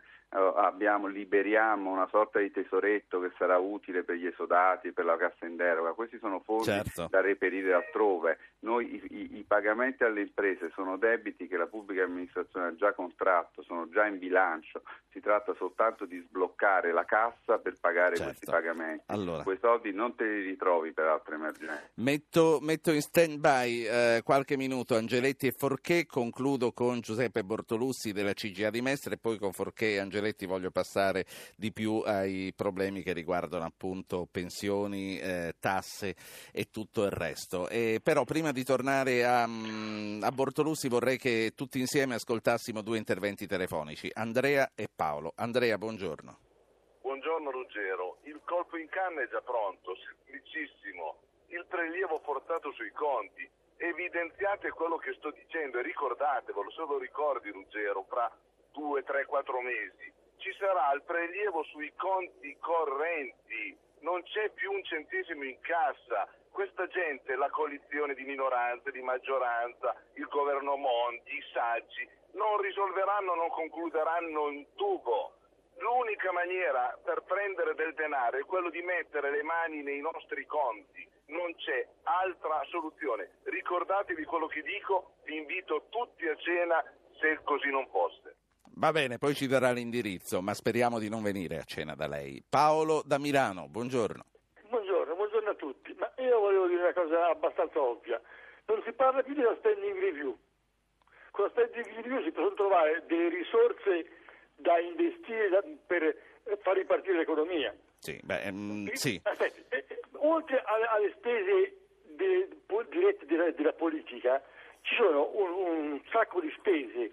liberiamo una sorta di tesoretto che sarà utile per gli esodati, per la cassa in deroga. Questi sono fondi da reperire altrove. Noi i pagamenti alle imprese sono debiti che la pubblica amministrazione ha già contratto, sono già in bilancio. Si tratta soltanto di sbloccare la cassa per pagare questi pagamenti. Allora, quei soldi non te li ritrovi per altre emergenze. Metto in stand-by qualche minuto Angeletti e Forché, concludo con Giuseppe Bortolussi della CGIA di Mestre e poi con Forché e Angeletti voglio passare di più ai problemi che riguardano appunto pensioni, tasse e tutto il resto. Però prima di tornare a Bortolussi vorrei che tutti insieme ascoltassimo due interventi telefonici, Andrea e Paolo. Andrea, buongiorno. Buongiorno Ruggero, il colpo in canna è già pronto, semplicissimo, il prelievo forzato sui conti. Evidenziate quello che sto dicendo e ricordatevelo, se lo ricordi Ruggero, fra 2, 3, 4 mesi ci sarà il prelievo sui conti correnti, non c'è più un centesimo in cassa. Questa gente, la coalizione di minoranza, di maggioranza, il governo Monti, i saggi, non risolveranno, non concluderanno un tubo. L'unica maniera per prendere del denaro è quello di mettere le mani nei nostri conti. Non c'è altra soluzione. Ricordatevi quello che dico, vi invito tutti a cena se così non fosse. Va bene, poi ci darà l'indirizzo, ma speriamo di non venire a cena da lei. Paolo da Milano, buongiorno. Buongiorno a tutti. Ma io volevo dire una cosa abbastanza ovvia. Non si parla più della spending review. Con la spending review si possono trovare delle risorse da investire per far ripartire l'economia. Sì, sì. Aspetta, oltre alle spese dirette della politica, ci sono un sacco di spese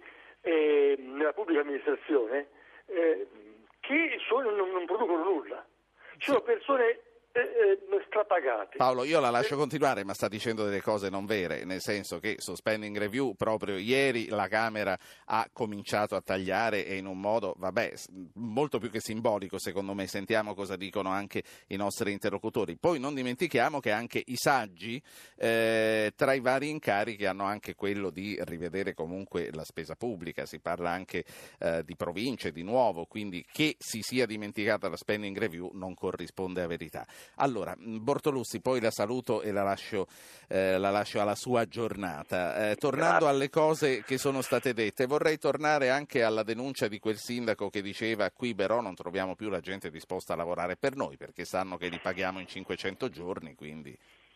nella pubblica amministrazione che non producono nulla. Ci sono persone strapagati. Paolo, io la lascio continuare, ma sta dicendo delle cose non vere, nel senso che su spending review proprio ieri la Camera ha cominciato a tagliare e in un modo, molto più che simbolico secondo me. Sentiamo cosa dicono anche i nostri interlocutori. Poi non dimentichiamo che anche i saggi tra i vari incarichi hanno anche quello di rivedere comunque la spesa pubblica, si parla anche di province di nuovo, quindi che si sia dimenticata la spending review non corrisponde a verità. Allora, Bortolussi, poi la saluto e la lascio alla sua giornata. Tornando alle cose che sono state dette, vorrei tornare anche alla denuncia di quel sindaco che diceva: qui però non troviamo più la gente disposta a lavorare per noi, perché sanno che li paghiamo in 500 giorni, quindi...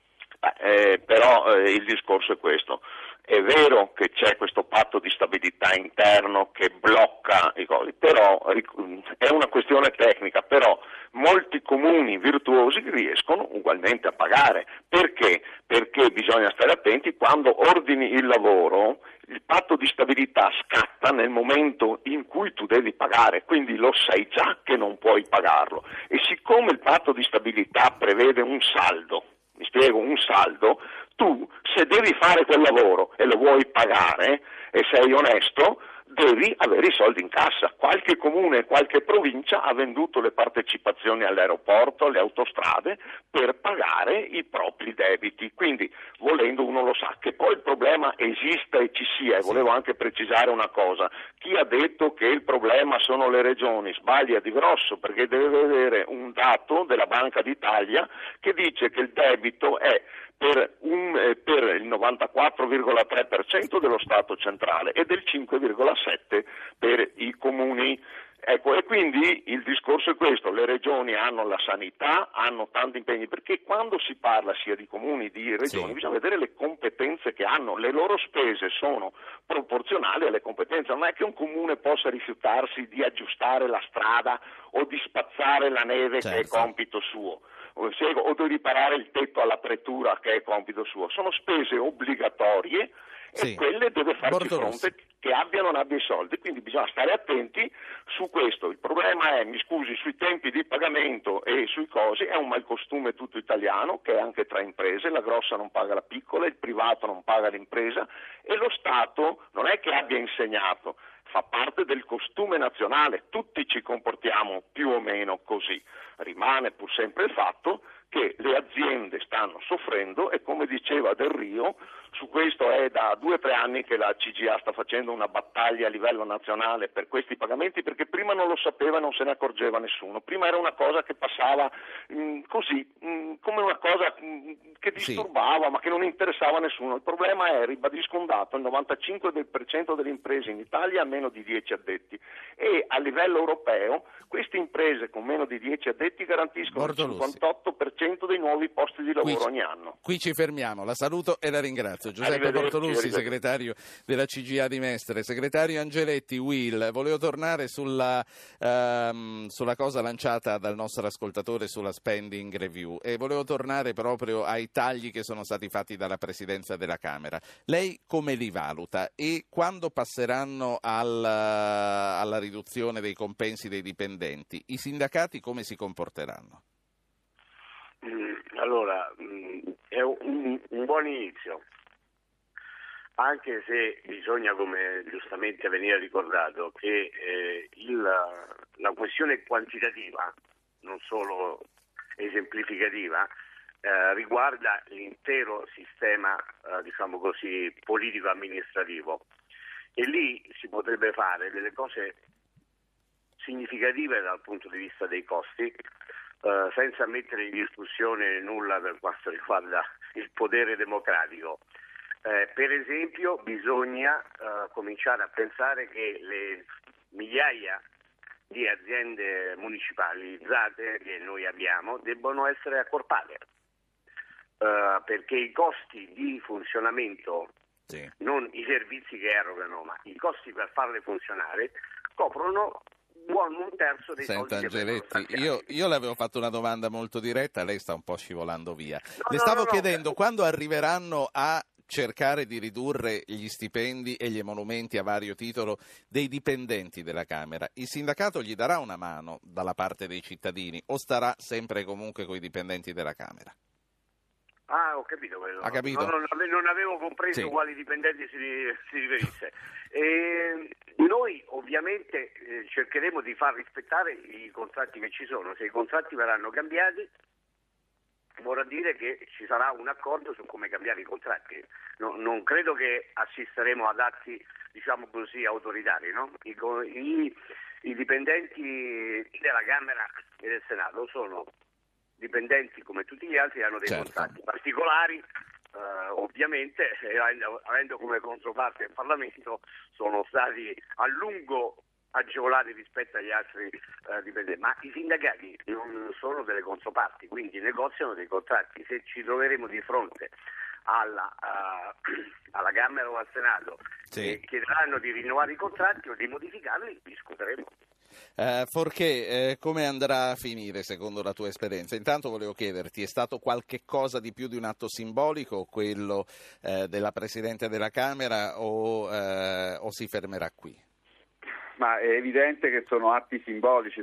Però il discorso è questo. È vero che c'è questo patto di stabilità interno che blocca i costi, però è una questione tecnica, però molti comuni virtuosi riescono ugualmente a pagare. Perché? Perché bisogna stare attenti: quando ordini il lavoro, il patto di stabilità scatta nel momento in cui tu devi pagare, quindi lo sai già che non puoi pagarlo. E siccome il patto di stabilità prevede un saldo, mi spiego, un saldo, tu se devi fare quel lavoro e lo vuoi pagare e sei onesto, devi avere i soldi in cassa. Qualche comune, qualche provincia ha venduto le partecipazioni all'aeroporto, alle autostrade, per pagare i propri debiti. Quindi, volendo, uno lo sa. Che poi il problema esista e ci sia, e volevo anche precisare una cosa: chi ha detto che il problema sono le regioni sbaglia di grosso, perché deve vedere un dato della Banca d'Italia che dice che il debito è per il 94,3% dello Stato centrale e del 5,7% per i comuni. Ecco, e quindi il discorso è questo: le regioni hanno la sanità, hanno tanti impegni, perché quando si parla sia di comuni, di regioni, bisogna vedere le competenze che hanno, le loro spese sono proporzionali alle competenze. Non è che un comune possa rifiutarsi di aggiustare la strada o di spazzare la neve, che è compito suo, o di riparare il tetto alla pretura, che è compito suo. Sono spese obbligatorie e quelle deve farci fronte, che abbia o non abbia i soldi, quindi bisogna stare attenti su questo. Il problema è, mi scusi, sui tempi di pagamento e sui cosi è un malcostume tutto italiano, che è anche tra imprese: la grossa non paga la piccola, il privato non paga l'impresa, e lo Stato non è che abbia insegnato, fa parte del costume nazionale, tutti ci comportiamo più o meno così. Rimane pur sempre il fatto che le aziende stanno soffrendo e, come diceva Del Rio, su questo è da 2 o 3 anni che la CGIA sta facendo una battaglia a livello nazionale per questi pagamenti, perché prima non lo sapeva e non se ne accorgeva nessuno. Prima era una cosa che passava così, come una cosa che disturbava, ma che non interessava a nessuno. Il problema è, ribadisco un dato: il 95% delle imprese in Italia ha meno di 10 addetti, e a livello europeo queste imprese con meno di 10 addetti garantiscono il 58% dei nuovi posti di lavoro ogni anno. Qui ci fermiamo, la saluto e la ringrazio. Giuseppe Bortolussi, segretario della CGIA di Mestre. Segretario Angeletti, Will, volevo tornare sulla cosa lanciata dal nostro ascoltatore sulla spending review, e volevo tornare proprio ai tagli che sono stati fatti dalla Presidenza della Camera. Lei come li valuta, e quando passeranno alla riduzione dei compensi dei dipendenti, i sindacati come si comporteranno? Allora, è un buon inizio, anche se bisogna, come giustamente veniva ricordato, che la questione quantitativa, non solo esemplificativa, riguarda l'intero sistema, diciamo così, politico-amministrativo, e lì si potrebbe fare delle cose significative dal punto di vista dei costi, senza mettere in discussione nulla per quanto riguarda il potere democratico. Per esempio, bisogna cominciare a pensare che le migliaia di aziende municipalizzate che noi abbiamo debbono essere accorpate, perché i costi di funzionamento, non i servizi che erogano, ma i costi per farle funzionare, coprono un terzo dei soldi. Angeletti, io le avevo fatto una domanda molto diretta, lei sta un po' scivolando via. Le stavo chiedendo quando arriveranno a cercare di ridurre gli stipendi e gli emolumenti a vario titolo dei dipendenti della Camera. Il sindacato gli darà una mano dalla parte dei cittadini o starà sempre e comunque con i dipendenti della Camera? Ah, ho capito quello. Ha capito? Non avevo compreso sì. quali dipendenti si riferisse. Noi ovviamente cercheremo di far rispettare i contratti che ci sono. Se i contratti verranno cambiati, vorrà dire che ci sarà un accordo su come cambiare i contratti. Non credo che assisteremo ad atti, diciamo così, autoritari, no? I dipendenti della Camera e del Senato sono dipendenti come tutti gli altri, hanno dei contratti particolari, ovviamente, avendo come controparte il Parlamento, sono stati a lungo agevolati rispetto agli altri dipendenti, ma i sindacati non sono delle controparti, quindi negoziano dei contratti. Se ci troveremo di fronte alla Camera o al Senato e chiederanno di rinnovare i contratti o di modificarli, discuteremo. Forché, come andrà a finire secondo la tua esperienza? Intanto volevo chiederti, è stato qualche cosa di più di un atto simbolico quello della Presidente della Camera o si fermerà qui? Ma è evidente che sono atti simbolici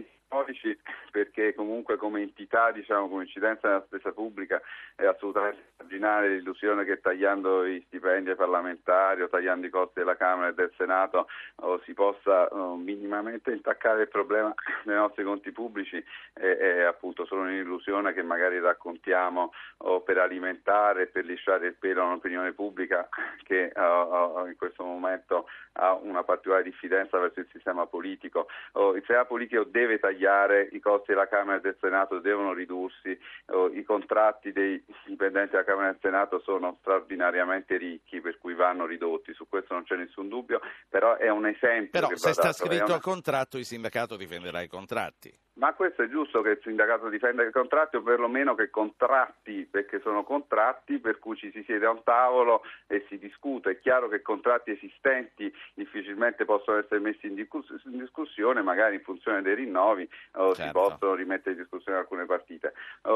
perché comunque come entità, diciamo, come incidenza nella spesa pubblica è assolutamente marginale l'illusione che tagliando i stipendi ai parlamentari o tagliando i costi della Camera e del Senato si possa minimamente intaccare il problema dei nostri conti pubblici. È appunto solo un'illusione che magari raccontiamo per alimentare e per lisciare il pelo a un'opinione pubblica che in questo momento ha una particolare diffidenza verso il sistema politico. Il sistema politico deve tagliare i costi della Camera e del Senato, devono ridursi, i contratti dei dipendenti della Camera e del Senato sono straordinariamente ricchi, per cui vanno ridotti, su questo non c'è nessun dubbio, però è un esempio. Però che se sta dato, scritto al contratto, il sindacato difenderà i contratti. Ma questo è giusto che il sindacato difenda i contratti, o perlomeno che contratti, perché sono contratti per cui ci si siede a un tavolo e si discute. È chiaro che contratti esistenti difficilmente possono essere messi in discussione, magari in funzione dei rinnovi si possono rimettere in discussione alcune partite.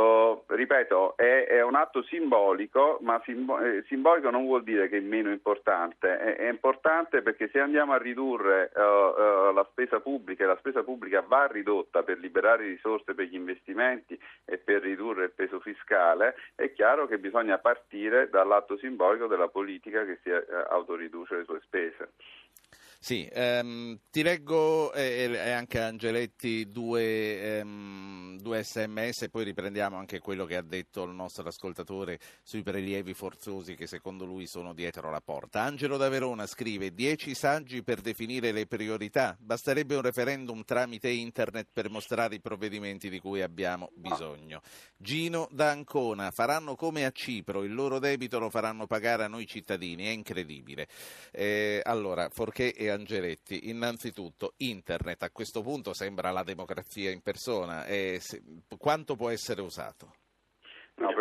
Ripeto, è un atto simbolico, ma simbolico non vuol dire che è meno importante. È importante perché se andiamo a ridurre la spesa pubblica, e la spesa pubblica va ridotta per liberare risorse per gli investimenti e per ridurre il peso fiscale, è chiaro che bisogna partire dall'atto simbolico della politica che si autoriduce le sue spese. Sì, ti leggo e anche Angeletti due sms e poi riprendiamo anche quello che ha detto il nostro ascoltatore sui prelievi forzosi che secondo lui sono dietro la porta. Angelo da Verona scrive: 10 saggi per definire le priorità, basterebbe un referendum tramite internet per mostrare i provvedimenti di cui abbiamo bisogno. Gino da Ancona: faranno come a Cipro, il loro debito lo faranno pagare a noi cittadini, è incredibile. Allora, Forché e Angeletti, innanzitutto internet a questo punto sembra la democrazia in persona, quanto può essere usato? No,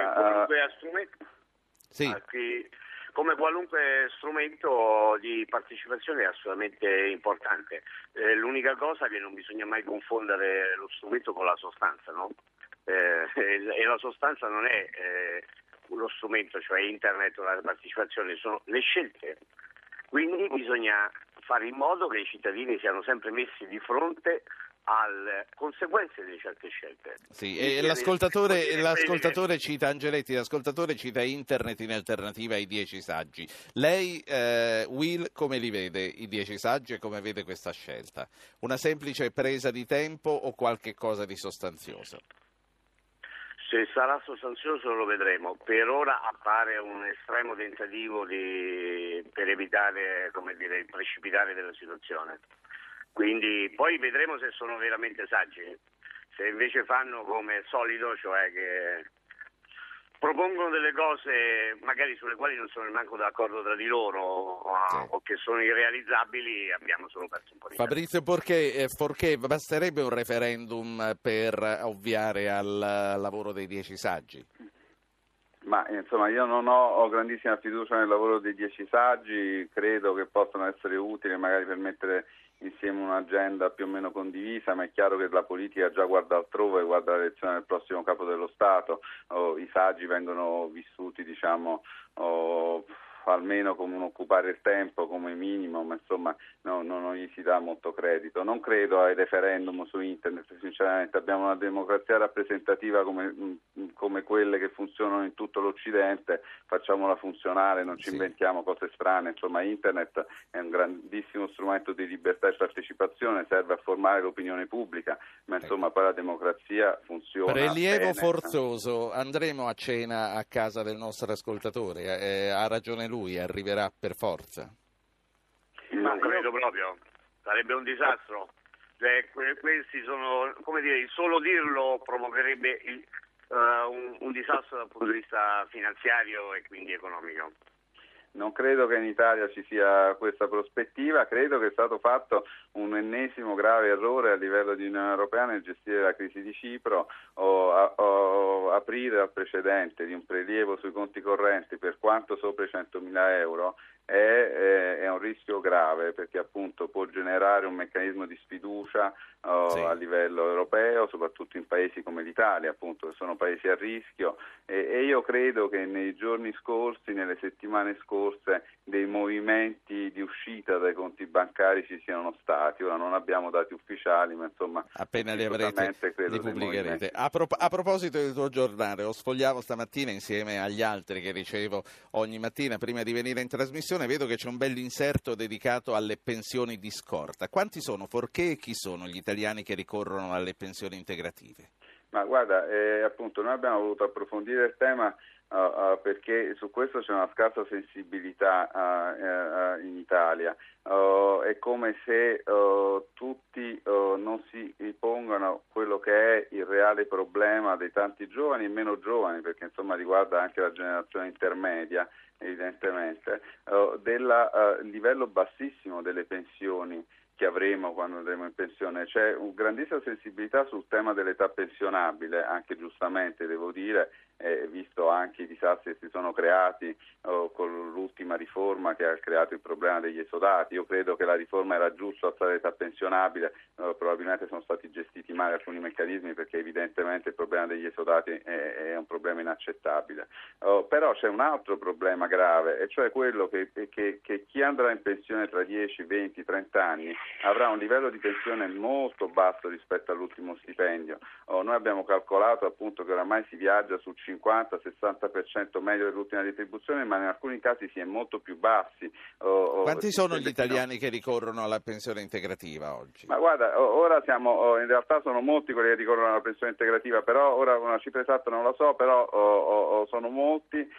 come qualunque strumento di partecipazione è assolutamente importante. L'unica cosa è che non bisogna mai confondere lo strumento con la sostanza, no? E la sostanza non è lo strumento, cioè internet o la partecipazione, sono le scelte. Quindi bisogna fare in modo che i cittadini siano sempre messi di fronte alle conseguenze di certe scelte. Sì, e l'ascoltatore cita Angeletti, l'ascoltatore cita internet in alternativa ai 10 saggi. Lei, Will, come li vede i 10 saggi e come vede questa scelta? Una semplice presa di tempo o qualche cosa di sostanzioso? Se sarà sostanzioso lo vedremo. Per ora appare un estremo tentativo per evitare, il precipitare della situazione. Quindi poi vedremo se sono veramente saggi. Se invece fanno come al solito, cioè che propongono delle cose magari sulle quali non sono neanche d'accordo tra di loro o che sono irrealizzabili, abbiamo solo perso un po' di tempo. Fabrizio Forché, basterebbe un referendum per ovviare al lavoro dei 10 saggi? Ma insomma io non ho grandissima fiducia nel lavoro dei 10 saggi, credo che possano essere utili magari per mettere insieme un'agenda più o meno condivisa, ma è chiaro che la politica già guarda altrove, guarda l'elezione del prossimo capo dello Stato, i saggi vengono vissuti almeno come un occupare il tempo come minimo, ma insomma non gli si dà molto credito. Non credo ai referendum su internet, sinceramente. Abbiamo una democrazia rappresentativa come quelle che funzionano in tutto l'Occidente, facciamola funzionare, non ci inventiamo cose strane. Insomma, internet è un grandissimo strumento di libertà e partecipazione, serve a formare l'opinione pubblica, ma insomma poi la democrazia funziona. Prelievo bene. forzoso, andremo a cena a casa del nostro ascoltatore, ha ragione lui, arriverà per forza. Non credo proprio, sarebbe un disastro. Cioè, questi sono, come dire, il solo dirlo provocherebbe un disastro dal punto di vista finanziario e quindi economico. Non credo che in Italia ci sia questa prospettiva, credo che è stato fatto un ennesimo grave errore a livello di Unione Europea nel gestire la crisi di Cipro, o aprire al precedente di un prelievo sui conti correnti per quanto sopra i 100.000 euro è un rischio grave, perché appunto può generare un meccanismo di sfiducia a livello europeo, soprattutto in paesi come l'Italia, appunto, che sono paesi a rischio, e io credo che nei giorni scorsi, nelle settimane scorse, dei movimenti di uscita dai conti bancari ci siano stati. Ora non abbiamo dati ufficiali, ma insomma appena li avrete li pubblicherete. A proposito del tuo giornale, lo sfogliavo stamattina insieme agli altri che ricevo ogni mattina prima di venire in trasmissione, vedo che c'è un bel inserto dedicato alle pensioni di scorta. Quanti sono, forché, e chi sono gli italiani che ricorrono alle pensioni integrative? Ma guarda, appunto noi abbiamo voluto approfondire il tema perché su questo c'è una scarsa sensibilità in Italia. È come se tutti non si pongano quello che è il reale problema dei tanti giovani e meno giovani, perché insomma riguarda anche la generazione intermedia, evidentemente, del livello bassissimo delle pensioni che avremo quando andremo in pensione. C'è una grandissima sensibilità sul tema dell'età pensionabile, anche giustamente devo dire, visto anche i disastri che si sono creati con l'ultima riforma che ha creato il problema degli esodati. Io credo che la riforma era giusta, alzare l'età pensionabile, probabilmente sono stati gestiti male alcuni meccanismi, perché evidentemente il problema degli esodati è un problema inaccettabile. Però c'è un altro problema grave, e cioè quello che chi andrà in pensione tra 10, 20, 30 anni avrà un livello di pensione molto basso rispetto all'ultimo stipendio. Noi abbiamo calcolato appunto che oramai si viaggia sul 50-60% meglio dell'ultima retribuzione, ma in alcuni casi si è molto più bassi. Quanti sono gli italiani che ricorrono alla pensione integrativa oggi? Ma guarda, ora in realtà sono molti quelli che ricorrono alla pensione integrativa, però ora una cifra esatta non la so, però sono molti,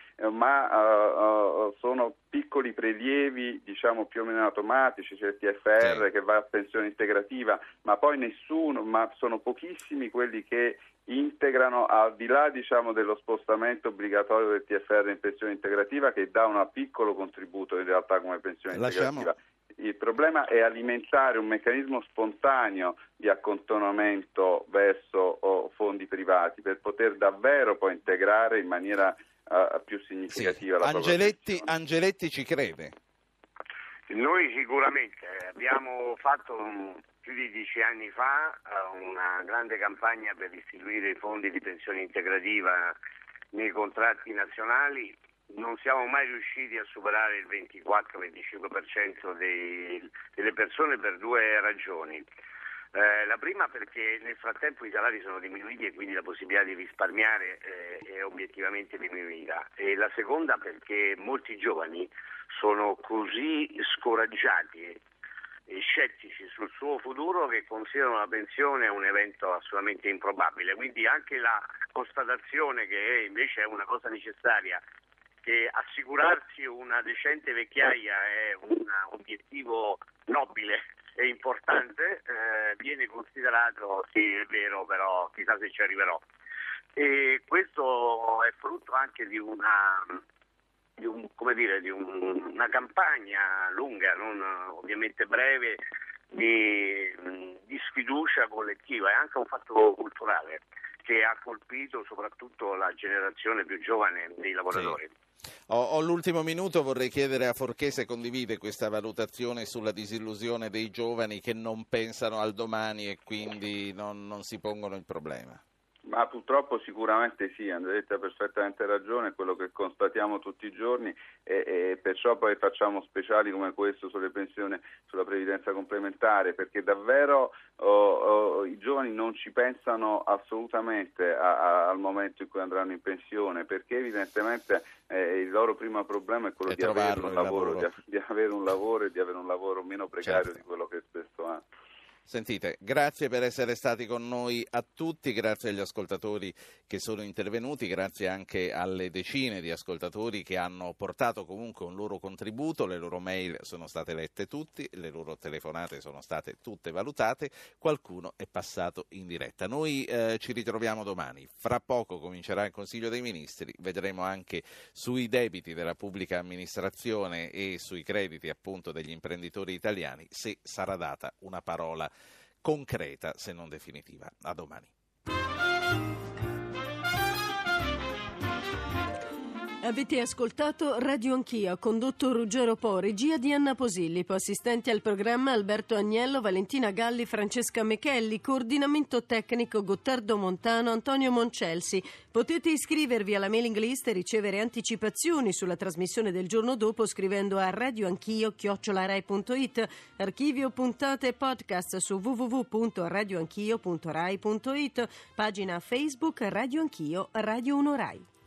ma sono piccoli prelievi, diciamo più o meno automatici, c'è il TFR che va a pensione integrativa, ma poi ma sono pochissimi quelli che integrano, al di là diciamo dello spostamento obbligatorio del TFR in pensione integrativa, che dà un piccolo contributo in realtà come pensione integrativa. Il problema è alimentare un meccanismo spontaneo di accantonamento verso fondi privati per poter davvero poi integrare in maniera più significativa la Angeletti ci crede? Noi sicuramente abbiamo fatto più di 10 anni fa una grande campagna per istituire i fondi di pensione integrativa nei contratti nazionali. Non siamo mai riusciti a superare il 24-25% delle persone per due ragioni. La prima perché nel frattempo i salari sono diminuiti e quindi la possibilità di risparmiare è obiettivamente diminuita, e la seconda perché molti giovani sono così scoraggiati e scettici sul suo futuro che considerano la pensione un evento assolutamente improbabile. Quindi anche la constatazione che invece è una cosa necessaria, che assicurarsi una decente vecchiaia è un obiettivo nobile e importante, viene considerato, sì è vero, però chissà se ci arriverò. E questo è frutto anche di una campagna lunga, non ovviamente breve, di sfiducia collettiva, è anche un fatto culturale che ha colpito soprattutto la generazione più giovane dei lavoratori. Sì. Ho l'ultimo minuto, vorrei chiedere a Forché se condivide questa valutazione sulla disillusione dei giovani che non pensano al domani e quindi non si pongono il problema. Ma purtroppo sicuramente sì, Andretta ha perfettamente ragione, è quello che constatiamo tutti i giorni e perciò poi facciamo speciali come questo sulle pensioni, sulla previdenza complementare, perché davvero i giovani non ci pensano assolutamente al momento in cui andranno in pensione, perché evidentemente il loro primo problema è quello di avere un lavoro, di avere un lavoro e di avere un lavoro meno precario di quello che spesso hanno. Sentite, grazie per essere stati con noi a tutti, grazie agli ascoltatori che sono intervenuti, grazie anche alle decine di ascoltatori che hanno portato comunque un loro contributo, le loro mail sono state lette tutti, le loro telefonate sono state tutte valutate, qualcuno è passato in diretta. Noi ci ritroviamo domani, fra poco comincerà il Consiglio dei Ministri, vedremo anche sui debiti della pubblica amministrazione e sui crediti appunto degli imprenditori italiani se sarà data una parola concreta se non definitiva. A domani. Avete ascoltato Radio Anch'io, condotto Ruggero Po, regia di Anna Posillipo, assistenti al programma Alberto Agnello, Valentina Galli, Francesca Mechelli, coordinamento tecnico Gottardo Montano, Antonio Moncelsi. Potete iscrivervi alla mailing list e ricevere anticipazioni sulla trasmissione del giorno dopo scrivendo a radioanchio@rai.it, archivio puntate e podcast su www.radioanchio.rai.it, pagina Facebook Radio Anch'io, Radio 1 Rai.